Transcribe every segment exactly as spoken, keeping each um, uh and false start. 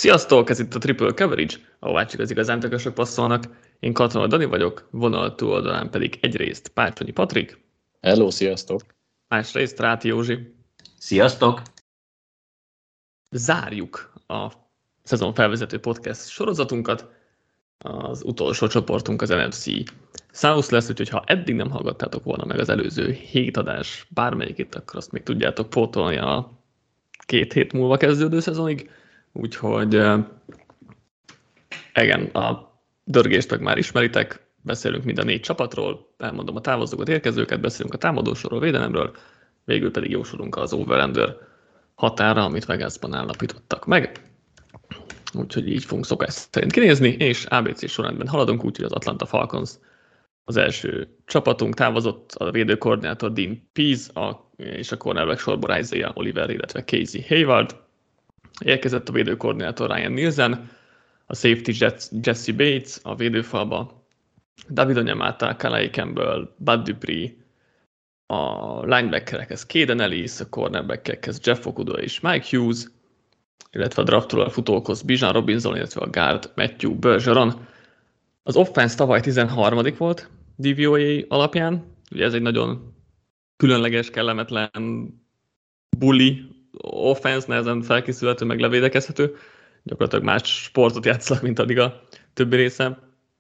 Sziasztok, ez itt a Triple Coverage, ahová csak az igazán tökösök passzolnak. Én Katona Dani vagyok, vonal túloldalán pedig egyrészt Párcsonyi Patrik. Hello, sziasztok! Másrészt Ráti Józsi. Sziasztok! Zárjuk a szezon felvezető podcast sorozatunkat. Az utolsó csoportunk az en ef cé South lesz, úgyhogy ha eddig nem hallgattátok volna meg az előző hét adás bármelyikét, akkor azt még tudjátok pótolni a két hét múlva kezdődő szezonig. Úgyhogy igen, a dörgést meg már ismeritek, beszélünk mind a négy csapatról, elmondom a távozókat, érkezőket, beszélünk a támadósorról, védelemről, végül pedig jósolunk az over-under határa, amit Vegasban állapítottak meg. Úgyhogy így fogunk szokás szerint kinézni, és á bé cé sorrendben haladunk, úgyhogy az Atlanta Falcons az első csapatunk, távozott a védőkoordinátor Dean Pease, a, és a cornerback sorban Isaiah Oliver, illetve Casey Hayward. Érkezett a védőkoordinátor Ryan Nielsen, a safety Jesse Bates a védőfalba, David Onyemata, Calais Campbell, Bud Dupree, a linebackerekhez Caden Ellis, a cornerbackekhez Jeff Okudah és Mike Hughes, illetve a draftról a futókhoz Bijan Robinson, illetve a guard Matthew Bergeron. Az offense tavaly tizenharmadik volt dé vé o á alapján, ugye ez egy nagyon különleges, kellemetlen bully offense, nehezen felkészülhető, meg levédekezhető. Gyakorlatilag más sportot játszanak, mint addig a többi része.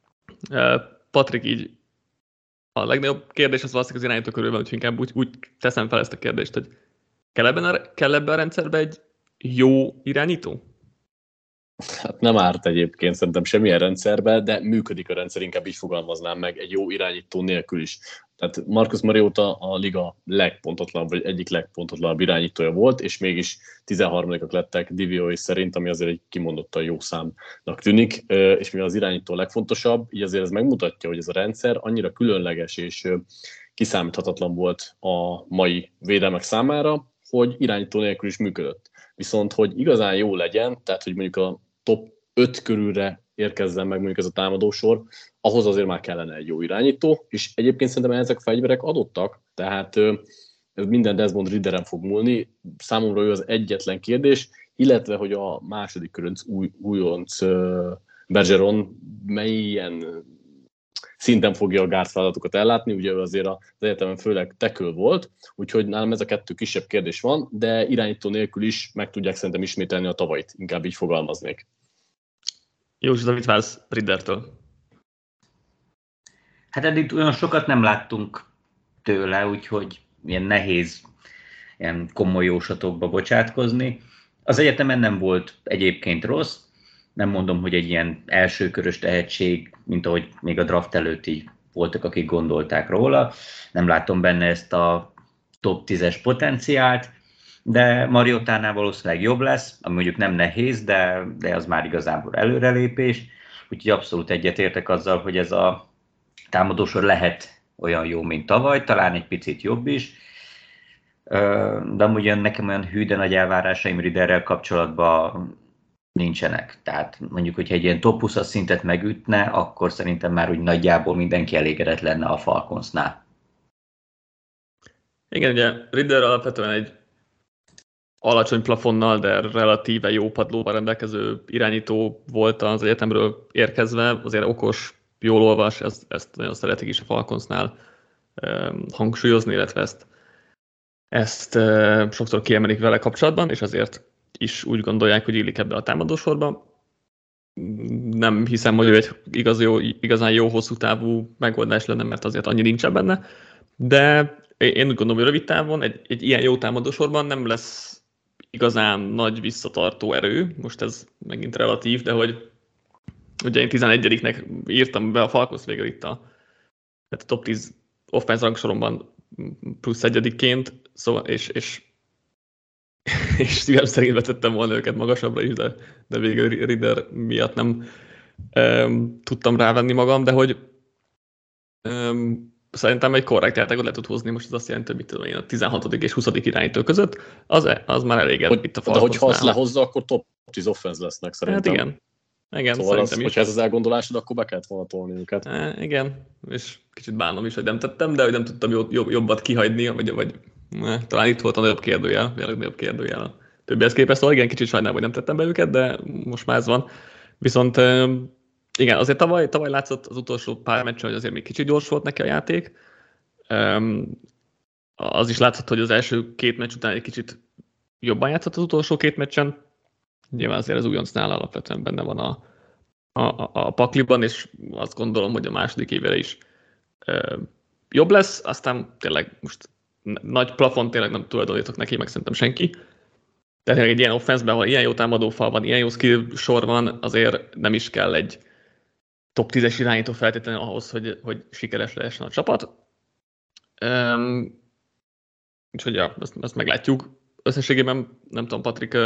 Patrik, így a legnagyobb kérdés az valószínűleg az irányító körül van, úgyhogy inkább úgy, úgy teszem fel ezt a kérdést, hogy kell ebben a, kell ebben a rendszerben egy jó irányító? Hát nem árt egyébként szerintem semmilyen rendszerben, de működik a rendszer, inkább így fogalmaznám meg, egy jó irányító nélkül is. Tehát Marcus Mariota a liga legpontotlanabb, vagy egyik legpontotlanabb irányítója volt, és mégis tizenharmadikak lettek dé vé o á szerint, ami azért egy kimondottan jó számnak tűnik, és mivel az irányító a legfontosabb, így azért ez megmutatja, hogy ez a rendszer annyira különleges és kiszámíthatatlan volt a mai védelmek számára, hogy irányító nélkül is működött. Viszont, hogy igazán jó legyen, tehát hogy mondjuk a top öt körülre érkezzen meg mondjuk ez a támadósor, ahhoz azért már kellene egy jó irányító, és egyébként szerintem ezek a fegyverek adottak, tehát ez minden Desmond Ridderen fog múlni, számomra ő az egyetlen kérdés, illetve, hogy a második körönc új, újonc Bergeron melyen szinten fogja a guard feladatokat ellátni, ugye ő azért az egyetemen főleg tackle volt, úgyhogy nálam ez a kettő kisebb kérdés van, de irányító nélkül is meg tudják szerintem ismételni a tavait, inkább így fogalmaznék. Józsi, mit vársz Riddertől? Hát eddig olyan sokat nem láttunk tőle, úgyhogy ilyen nehéz ilyen komoly jóslatokba bocsátkozni. Az egyetemen nem volt egyébként rossz, nem mondom, hogy egy ilyen elsőkörös tehetség, mint ahogy még a draft előtt így voltak, akik gondolták róla. Nem látom benne ezt a top tízes potenciált, de Mariotánál valószínűleg jobb lesz, ami mondjuk nem nehéz, de, de az már igazából előrelépés. Úgyhogy abszolút egyetértek azzal, hogy ez a támadósor lehet olyan jó, mint tavaly, talán egy picit jobb is. De amúgy nekem olyan hű, de nagy elvárásaim Ridderrel kapcsolatban nincsenek. Tehát mondjuk, hogyha egy ilyen top húszas szintet megütne, akkor szerintem már úgy nagyjából mindenki elégedett lenne a Falconsnál. Igen, ugye Ridder alapvetően egy alacsony plafonnal, de relatíve jó padlóval rendelkező irányító volt az egyetemről érkezve, azért okos, jól olvas, ezt, ezt nagyon szeretik is a Falconsnál um, hangsúlyozni, illetve ezt, ezt uh, sokszor kiemelik vele kapcsolatban, és azért is úgy gondolják, hogy illik ebbe a támadósorba. Nem hiszem, hogy ő egy igaz jó, igazán jó hosszú távú megoldás lenne, mert azért annyi nincs benne, de én úgy gondolom, hogy rövid távon egy, egy ilyen jó támadósorban nem lesz igazán nagy visszatartó erő. Most ez megint relatív, de hogy ugye én tizenegyediknek írtam be a Falcons végül itt a, a top tíz offense rangsoromban plusz egyedikként, szóval, és, és és szívem szerint vetettem volna őket magasabbra is, de, de végül Ridder miatt nem um, tudtam rávenni magam, de hogy um, szerintem egy korrekt játékot le tud hozni, most az azt jelenti, hogy mit tudom én, a tizenhatodik és huszadik irányító között, az, az már elég hogy, itt a Falconsnál. De hogyha azt lehozza, akkor top tíz offense lesznek szerintem. Hát igen. Igen, szóval az, is. hogyha ez az elgondolásod, akkor be kellett volna tolni őket. E, igen, és kicsit bánom is, hogy nem tettem, de hogy nem tudtam jobb, jobb, jobbat kihagyni, vagy, vagy ne, talán itt volt a nagyobb kérdőjel, a nagyobb kérdőjel a többihez képest, szóval igen, kicsit sajnálom, hogy nem tettem be őket, de most már ez van. Viszont igen, azért tavaly, tavaly látszott az utolsó pár meccsen, hogy azért még kicsit gyors volt neki a játék. Az is látszott, hogy az első két meccs után egy kicsit jobban játszott az utolsó két meccsen. Nyilván azért az újoncnál alapvetően benne van a, a, a pakliban, és azt gondolom, hogy a második évére is e, jobb lesz. Aztán tényleg most nagy plafont tényleg nem tulajdonítok neki, meg szerintem senki. De egy ilyen offenszben, ahol ilyen jó támadófal van, ilyen jó skill sor van, azért nem is kell egy top tízes irányító feltétlenül ahhoz, hogy, hogy sikeres lehessen a csapat. Um, úgyhogy ja, ezt, ezt meglátjuk. Összességében nem tudom, Patrik,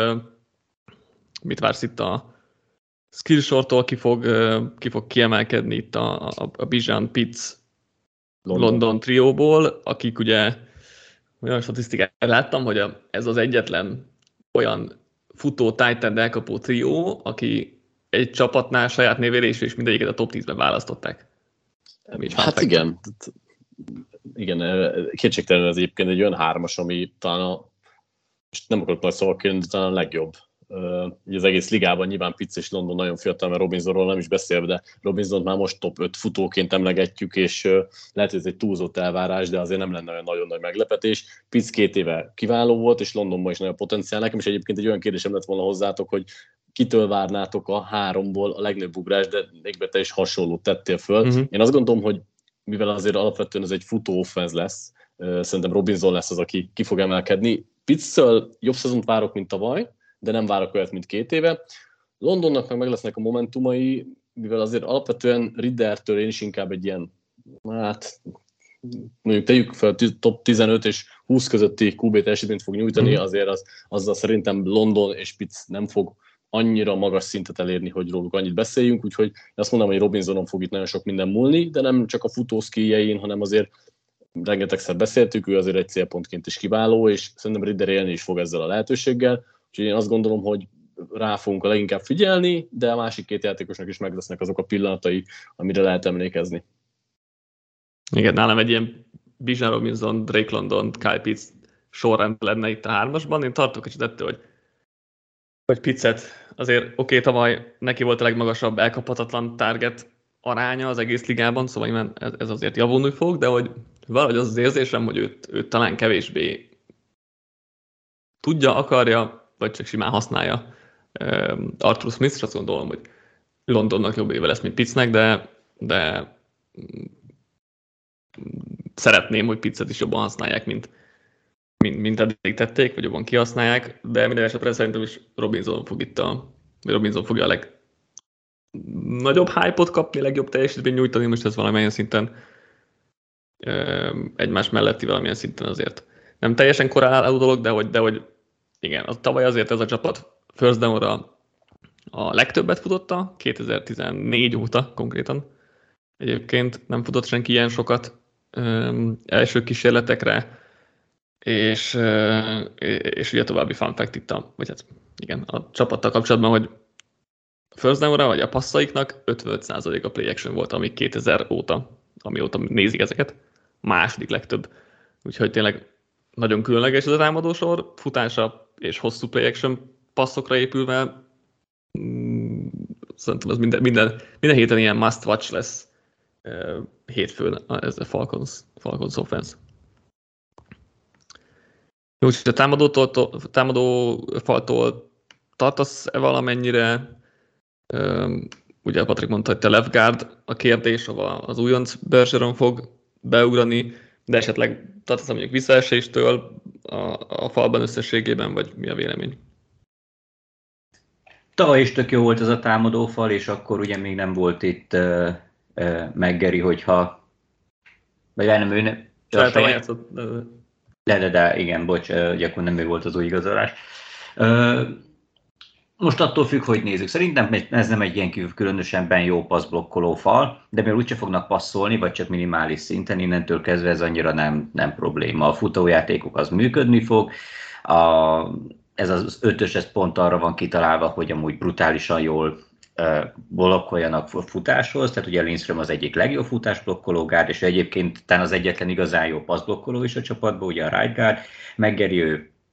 mit vársz itt a skill sortól, ki fog, ki fog kiemelkedni itt a, a, a Bijan Pitts London, London trióból, akik ugye olyan statisztikát láttam, hogy a, ez az egyetlen olyan futó tight end elkapó trió, aki egy csapatnál saját névérésű, és mindegyiket a top tízben választották. Hát igen, igen, kétségtelenül ez egyébként egy olyan hármas, ami talán a, most nem akarok nagy szavak kérni, de talán a legjobb. Uh, az egész ligában nyilván Pitts és London nagyon fiatal, mert Robinsonról nem is beszél, de Robinsont már most top öt futóként emlegetjük, és uh, lehet, hogy ez egy túlzott elvárás, de azért nem lenne olyan nagyon nagy meglepetés. Pitts két éve kiváló volt, és Londonban is nagyon potenciál. Nekem is egyébként egy olyan kérdésem lett volna hozzátok, hogy kitől várnátok a háromból a legnagyobb ugrás, de végbe te is hasonlót tettél föl. Uh-huh. Én azt gondolom, hogy mivel azért alapvetően ez egy futó offense lesz, uh, szerintem Robinson lesz az, aki ki fog emelkedni. Pitts-szől jobb szezont várok, mint tavaly, de nem várok olyat, mint két éve. Londonnak meg meg lesznek a momentumai, mivel azért alapvetően Riddertől én is inkább egy ilyen, hát mondjuk tegyük fel top tizenöt és húsz közötti kú bé teljesítményt fog nyújtani, azért az, azzal szerintem London és Pitts nem fog annyira magas szintet elérni, hogy róluk annyit beszéljünk, úgyhogy azt mondom, hogy Robinsonon fog itt nagyon sok minden múlni, de nem csak a futószkíjein, hanem azért rengetegszer beszéltük, ő azért egy célpontként is kiváló, és szerintem Ridder élni is fog ezzel a lehetőséggel. Úgyhogy én azt gondolom, hogy rá fogunk a leginkább figyelni, de a másik két játékosnak is meg lesznek azok a pillanatai, amire lehet emlékezni. Igen, nálam egy ilyen Bijan Robinson, Drake London, Kyle Pitts sorrend lenne itt a hármasban. Én tartok kicsit ettől, hogy, hogy Pittset azért oké, okay, tavaly neki volt a legmagasabb elkaphatatlan target aránya az egész ligában, szóval ez, ez azért javulni fog, de hogy valahogy az az érzésem, hogy őt, őt talán kevésbé tudja, akarja, vagy csak simán használja um, Arthur Smith, és azt gondolom, hogy Londonnak jobb éve lesz, mint Pittsnek, de, de um, szeretném, hogy Pittset is jobban használják, mint, mint, mint eddig tették, vagy jobban kihasználják, de minden esetre szerintem is Robinson fog itt a, Robinson fogja a legnagyobb hype-ot kapni, legjobb teljesítményt nyújtani, most ez valamilyen szinten um, egymás melletti valamilyen szinten azért nem teljesen korreláló dolog, de hogy, de hogy igen, az tavaly azért ez a csapat first down-ra a legtöbbet futotta, kétezer-tizennégy óta konkrétan. Egyébként nem futott senki ilyen sokat um, első kísérletekre, és, uh, és ugye további fun fact itt a, vagy hát igen, a csapattal kapcsolatban, hogy first down-ra, vagy a passzaiknak ötvenöt százalék a play action volt, amíg kétezer óta, amióta nézik ezeket, második legtöbb. Úgyhogy tényleg nagyon különleges ez a támadósor, futása és hosszú play action passzokra épülve. Szerintem ez minden, minden, minden héten ilyen must watch lesz uh, hétfőn ez a Falcons, Falcons offense. Úgyhogy a támadótól, támadó faltól tartasz-e valamennyire? Um, ugye Patrik mondta, hogy te left guard a kérdés, ahol az újonc Bergeron fog beugrani, de esetleg tartasz mondjuk visszaeséstől a, a falban összességében, vagy mi a vélemény? Tavaly is tök jó volt ez a támadófal, és akkor ugye még nem volt itt uh, uh, McGary, hogyha... Vagy nem, ő nem... Tavaly játszott. De, de, de, igen, bocs, uh, akkor nem ő volt az új igazolás. Uh, most attól függ, hogy nézzük. Szerintem ez nem egy ilyen különösen jó passzblokkoló fal, de mivel úgyse fognak passzolni, vagy csak minimális szinten, innentől kezdve ez annyira nem, nem probléma. A futójátékuk az működni fog. A, ez az ötös, ez pont arra van kitalálva, hogy amúgy brutálisan jól uh, blokkoljanak futáshoz, tehát ugye Lindström az egyik legjobb futásblokkoló gárd, és egyébként talán az egyetlen igazán jó passzblokkoló is a csapatban, ugye a right guard, McGary ő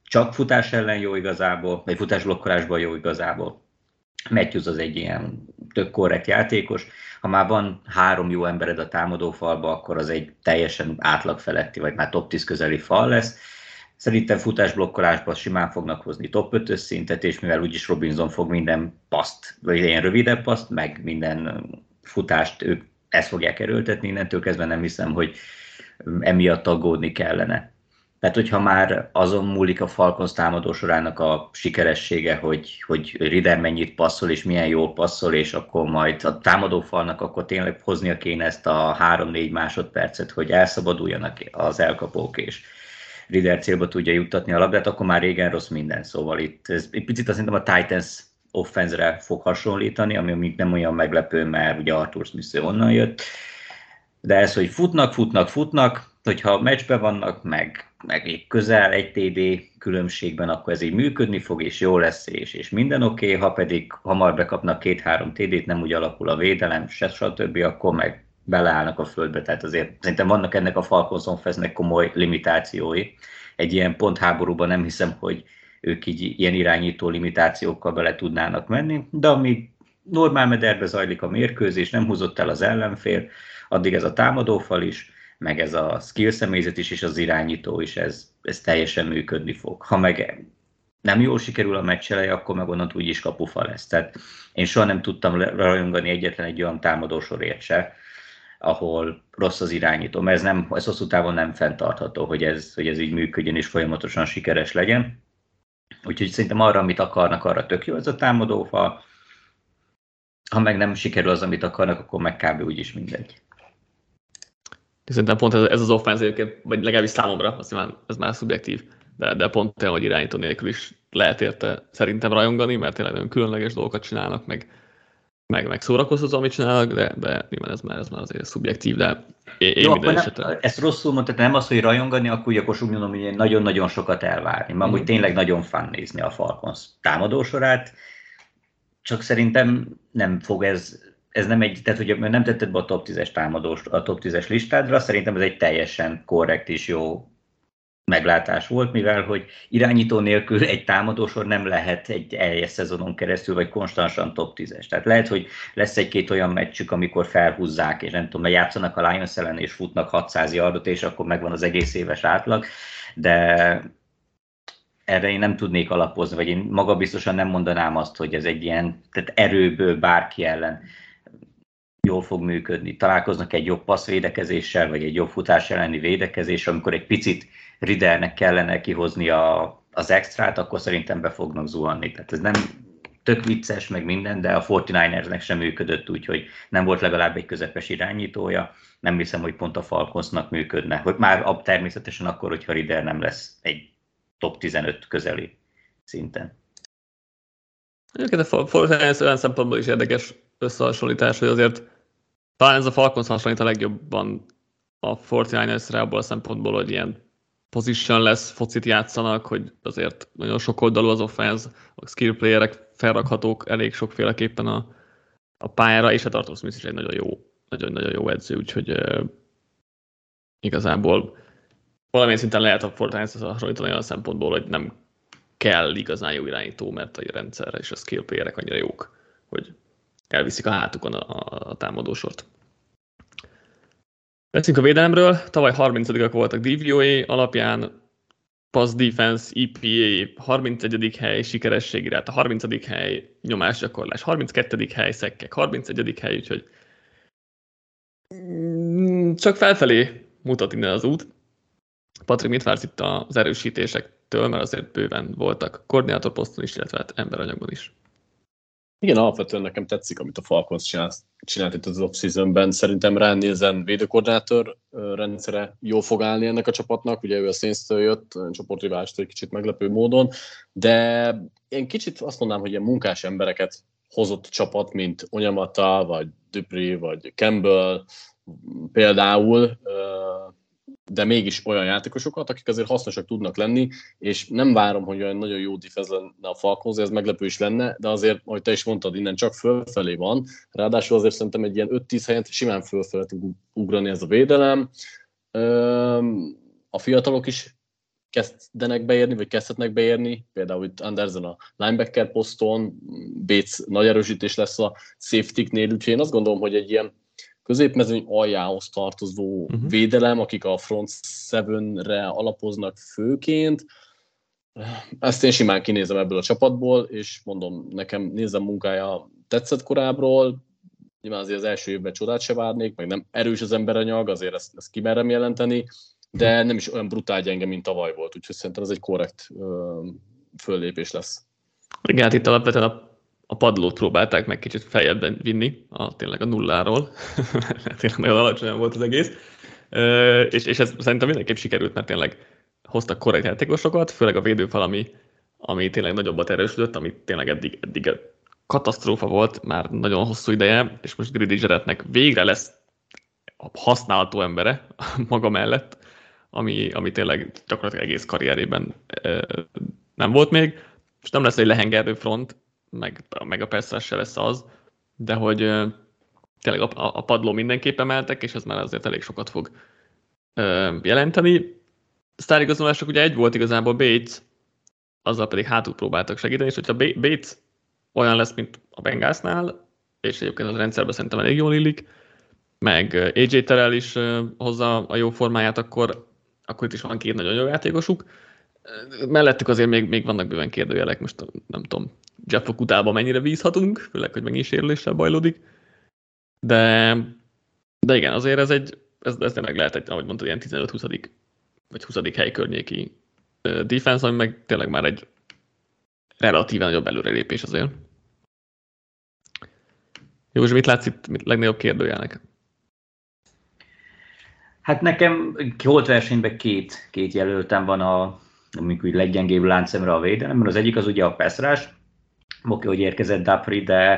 csak futás ellen jó igazából, vagy futásblokkolásban jó igazából. Matthews az egy ilyen tök korrekt játékos. Ha már van három jó embered a támadófalba, akkor az egy teljesen átlag feletti, vagy már top tíz közeli fal lesz. Szerintem futásblokkolásban simán fognak hozni top ötös szintet, és mivel úgyis Robinson fog minden paszt, vagy ilyen rövidebb paszt, meg minden futást ők ezt fogják erőltetni, innentől kezdve nem hiszem, hogy emiatt aggódni kellene. Tehát, hogyha már azon múlik a Falcons támadó sorának a sikeressége, hogy, hogy Ridder mennyit passzol, és milyen jól passzol, és akkor majd a támadófalnak akkor tényleg hoznia kéne ezt a három-négy másodpercet, hogy elszabaduljanak az elkapók, és Ridder célba tudja juttatni a labdát, akkor már régen rossz minden. Szóval itt ez egy picit azt hiszem a Titans offense-re fog hasonlítani, ami még nem olyan meglepő, mert ugye Arthur Smith onnan jött. De ez, hogy futnak, futnak, futnak, hogyha meccsben vannak, meg, meg közel egy té dé különbségben, akkor ez így működni fog, és jó lesz, és, és minden oké, okay. Ha pedig hamar bekapnak két-három té dét, nem úgy alakul a védelem, se stb., akkor meg beleállnak a földbe. Tehát azért szerintem vannak ennek a Falcons offense-nek komoly limitációi. Egy ilyen pontháborúban nem hiszem, hogy ők így ilyen irányító limitációkkal bele tudnának menni, de amíg normál mederbe zajlik a mérkőzés, nem húzott el az ellenfél, addig ez a támadófal is, meg ez a skill személyzet is, és az irányító is, ez, ez teljesen működni fog. Ha meg nem jól sikerül a meccseleje, akkor meg onnantól úgyis kapufa lesz. Tehát én soha nem tudtam rajongani egyetlen egy olyan támadósorért se, ahol rossz az irányító, mert ez, nem, ez hosszú távon nem fenntartható, hogy ez, hogy ez így működjön és folyamatosan sikeres legyen. Úgyhogy szerintem arra, amit akarnak, arra tök jó ez a támadófal. Ha meg nem sikerül az, amit akarnak, akkor meg kb. Úgyis mindegy. Szerintem pont ez, ez az offense, vagy legalábbis számomra, azt már, ez már szubjektív, de, de pont olyan, hogy irányító nélkül is lehet érte szerintem rajongani, mert tényleg nagyon különleges dolgokat csinálnak, meg, meg, meg szórakoztató, amit csinálnak, de, de nyilván ez már, ez már azért szubjektív, de én, én jó, minden esetre... Ezt rosszul mondtad, nem az, hogy rajongani, akkor úgy akkor mondom, hogy nagyon-nagyon sokat elvárni. Mert amúgy mm. tényleg nagyon fun nézni a Falcons támadósorát, csak szerintem nem fog ez, ez nem egy, tehát hogy nem tetted be a top tízes támadós, a top tízes listádra, szerintem ez egy teljesen korrekt és jó meglátás volt, mivel hogy irányító nélkül egy támadósor nem lehet egy egész szezonon keresztül, vagy konstansan top tízes. Tehát lehet, hogy lesz egy-két olyan meccsük, amikor felhúzzák, és nem tudom, játszanak a Lions ellen, és futnak hatszáz yardot, és akkor megvan az egész éves átlag, de erre én nem tudnék alapozni, vagy én magabiztosan nem mondanám azt, hogy ez egy ilyen tehát erőből bárki ellen jól fog működni. Találkoznak egy jobb passzvédekezéssel, vagy egy jobb futás elleni védekezéssel, amikor egy picit Riddernek kellene kihozni a, az extrát, akkor szerintem be fognak zuhanni. Tehát ez nem tök vicces, meg minden, de a negyvenkilenceresnek sem működött, úgyhogy nem volt legalább egy közepes irányítója. Nem hiszem, hogy pont a Falconsnak működne. Hogy már természetesen akkor, hogyha Ridder nem lesz egy top tizenöt közeli szinten. Egyébként a Falcons olyan szempontból is érdekes összehasonlítás, hogy azért talán ez a Falcons hasonlít a legjobban a negyvenkilencesre abból a szempontból, hogy ilyen position lesz, focit játszanak, hogy azért nagyon sok oldalú az offense, a skill playerek felrakhatók elég sokféleképpen a, a pályára, és a Arthur Smith is egy nagyon jó, nagyon-nagyon jó edző, úgyhogy uh, igazából valamilyen szinten lehet a Fortnite-hez hasonlítani olyan szempontból, hogy nem kell igazán jó irányító, mert a rendszerre és a skill playerek annyira jók, hogy elviszik a hátukon a, a, a támadósort. Beszéljünk a védelemről. Tavaly harmincadikak voltak dé vé o á alapján, pass defense, é pé á harmincegyedik hely, sikerességi ráta harmincadik hely, nyomásgyakorlás harminckettedik hely, szekkek harmincegyedik hely, úgyhogy csak felfelé mutat innen az út. Patrik, mit vársz itt az erősítésektől, mert azért bőven voltak koordinátorposzton is, illetve hát emberanyagban is. Igen, alapvetően nekem tetszik, amit a Falcons csinált, csinált itt az off-seasonben. Szerintem Ryan Nielsen védőkoordinátor rendszere jól fog állni ennek a csapatnak. Ugye ő a Saints-től jött, csoportriválistól egy kicsit meglepő módon, de én kicsit azt mondanám, hogy ilyen munkás embereket hozott csapat, mint Onyemata, vagy Dupree, vagy Campbell például, de mégis olyan játékosokat, akik azért hasznosak tudnak lenni, és nem várom, hogy olyan nagyon jó defense lenne a Falcons, ez meglepő is lenne, de azért, ahogy te is mondtad, innen csak fölfelé van, ráadásul azért szerintem egy ilyen öt-tíz helyen simán fölfelé tud ugrani ez a védelem. A fiatalok is kezdenek beérni, vagy kezdhetnek beérni, például itt Anderson a linebacker poszton, Bates nagy erősítés lesz a safety-knél, úgyhogy én azt gondolom, hogy egy ilyen középmezőny aljához tartozó uh-huh. védelem, akik a front seven-re alapoznak főként, ezt én simán kinézem ebből a csapatból, és mondom, nekem nézem munkája tetszett korábbról, nyilván azért az első évben csodát se várnék, meg nem erős az emberanyag, azért ezt, ezt kimerem jelenteni, de nem is olyan brutál gyenge, mint tavaly volt, úgyhogy szerintem ez egy korrekt ö, föllépés lesz. Igen, hát itt alapvetően a, a padlót próbálták meg kicsit feljebben vinni, a, tényleg a nulláról, tényleg nagyon alacsonyan volt az egész, ö, és, és ez szerintem mindenképp sikerült, mert tényleg hoztak korrekt játékosokat, főleg a védőfal, ami, ami tényleg nagyobbat erősödött, ami tényleg eddig, eddig katasztrófa volt már nagyon hosszú ideje, és most Grady Jarrettnek végre lesz használható embere maga mellett, ami, ami tényleg gyakorlatilag egész karrierében e, nem volt még, és nem lesz egy lehengerő front, meg, meg a pass rush se lesz az, de hogy e, tényleg a, a padló mindenképp emeltek, és ez már azért elég sokat fog e, jelenteni. Sztárigazolások ugye egy volt igazából Bates, azzal pedig hátul próbáltak segíteni, és hogyha Bates olyan lesz, mint a Bengalsnál, és egyébként az rendszerben szerintem elég jól illik, meg á jé Terrell is hozza a jó formáját, akkor, akkor itt is van két nagyon jó játékosuk. Mellettük azért még, még vannak bőven kérdőjelek, most nem tudom, Jeff Okudában mennyire bízhatunk, főleg, hogy megint sérüléssel bajlódik. De, de igen, azért ez egy, ez, ez tényleg lehet egy, ahogy mondtad, ilyen tizenöt-huszadik vagy huszadik hely környéki defense, ami meg tényleg már egy relatíven nagyobb előrelépés azért. Jó, és mit látsz itt legnagyobb kérdőjelnek? Hát nekem holt versenyben két, két jelöltem van a amikor leggyengébb láncszemre a védelemben. Az egyik az ugye a pass rush. Oké, hogy érkezett Dupri, de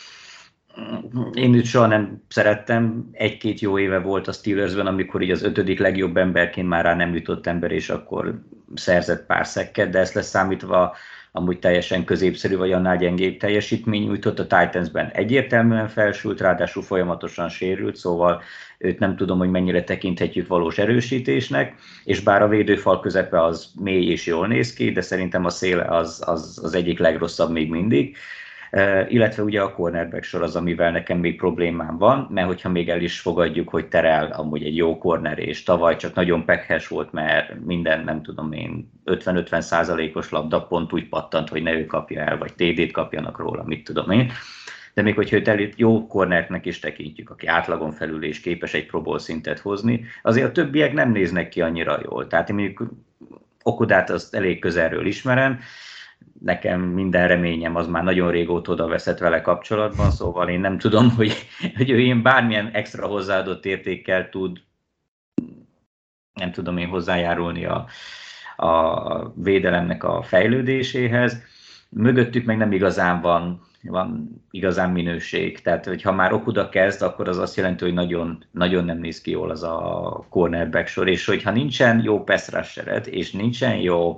én őt soha nem szerettem. Egy-két jó éve volt a Steelersben, amikor így az ötödik legjobb emberként már rá nem jutott ember, és akkor szerzett pár szekket, de ezt leszámítva amúgy teljesen középszerű, vagy annál gyengébb teljesítmény nyújtott. A Titansben egyértelműen felsült, ráadásul folyamatosan sérült, szóval őt nem tudom, hogy mennyire tekinthetjük valós erősítésnek, és bár a védőfal közepe az mély és jól néz ki, de szerintem a széle az, az, az egyik legrosszabb még mindig. Uh, illetve ugye a cornerback sor az, amivel nekem még problémám van, mert hogyha még el is fogadjuk, hogy Terrell amúgy egy jó corner, és tavaly csak nagyon pekhes volt, mert minden, nem tudom én, ötven-ötven százalékos labda pont úgy pattant, hogy ne ő kapja el, vagy té dét kapjanak róla, mit tudom én. De még hogyha őt el, jó cornernek is tekintjük, aki átlagon felül és képes egy Pro Bowl szintet hozni, azért a többiek nem néznek ki annyira jól. Tehát én mondjuk Okudát azt elég közelről ismerem, nekem minden reményem az már nagyon régóta oda veszett vele kapcsolatban, szóval én nem tudom, hogy, hogy ő ilyen bármilyen extra hozzáadott értékkel tud, nem tudom én hozzájárulni a, a védelemnek a fejlődéséhez. Mögöttük meg nem igazán van, van igazán minőség, tehát hogyha már Okuda kezd, akkor az azt jelenti, hogy nagyon, nagyon nem néz ki jól az a cornerback sor, és hogyha nincsen jó pass rushered, és nincsen jó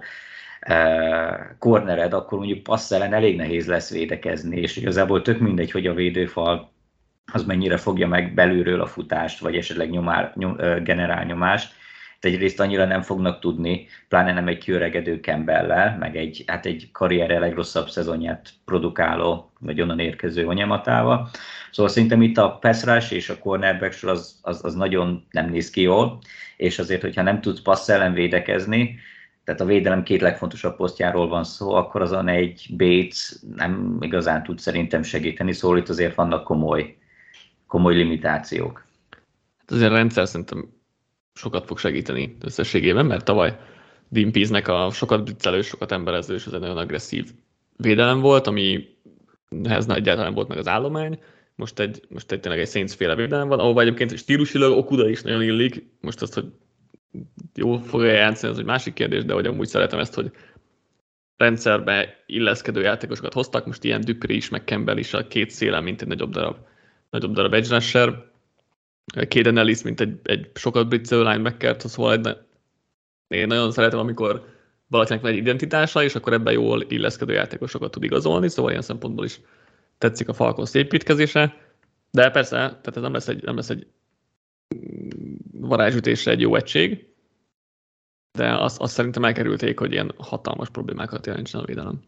cornered, akkor mondjuk passz ellen elég nehéz lesz védekezni, és igazából tök mindegy, hogy a védőfal az mennyire fogja meg belülről a futást, vagy esetleg nyomár, nyom, generál nyomást. Egyrészt annyira nem fognak tudni, pláne nem egy kiöregedő Campbell-lel, meg egy, hát egy karrierre legrosszabb szezonját produkáló, vagy onnan érkező Onyamatával. Szóval szerintem itt a pass rush és a cornerback sor az, az, az nagyon nem néz ki jól, és azért, hogyha nem tudsz passz ellen védekezni, tehát a védelem két legfontosabb posztjáról van szó, akkor azon egy Bates nem igazán tud szerintem segíteni, szóval itt azért vannak komoly, komoly limitációk. Hát azért a rendszer szerintem sokat fog segíteni összességében, mert tavaly Dean Pease-nek a sokat blitzelő, sokat emberező, és az egy nagyon agresszív védelem volt, amihez egyáltalán volt meg az állomány. Most egy, most egy tényleg egy Saints-féle védelem van, ahol egyébként stílusilag Okuda is nagyon illik. Most azt, hogy jól fogja játszani, az egy másik kérdés, de hogy amúgy szeretem ezt, hogy rendszerbe illeszkedő játékosokat hoztak, most ilyen Dupree is, meg Campbell is a két szélen, mint egy nagyobb darab, nagyobb darab edge rusher. Caden Ellis, mint egy, egy sokat blitzelő linebacker, szóval egy, én nagyon szeretem, amikor valakinek van egy identitása, és akkor ebben jól illeszkedő játékosokat tud igazolni, szóval ilyen szempontból is tetszik a Falcons építkezése, de persze, tehát ez nem lesz egy, nem lesz egy varázsütésre egy jó egység, de azt, azt szerintem elkerülték, hogy ilyen hatalmas problémákat jelentsen a védelem.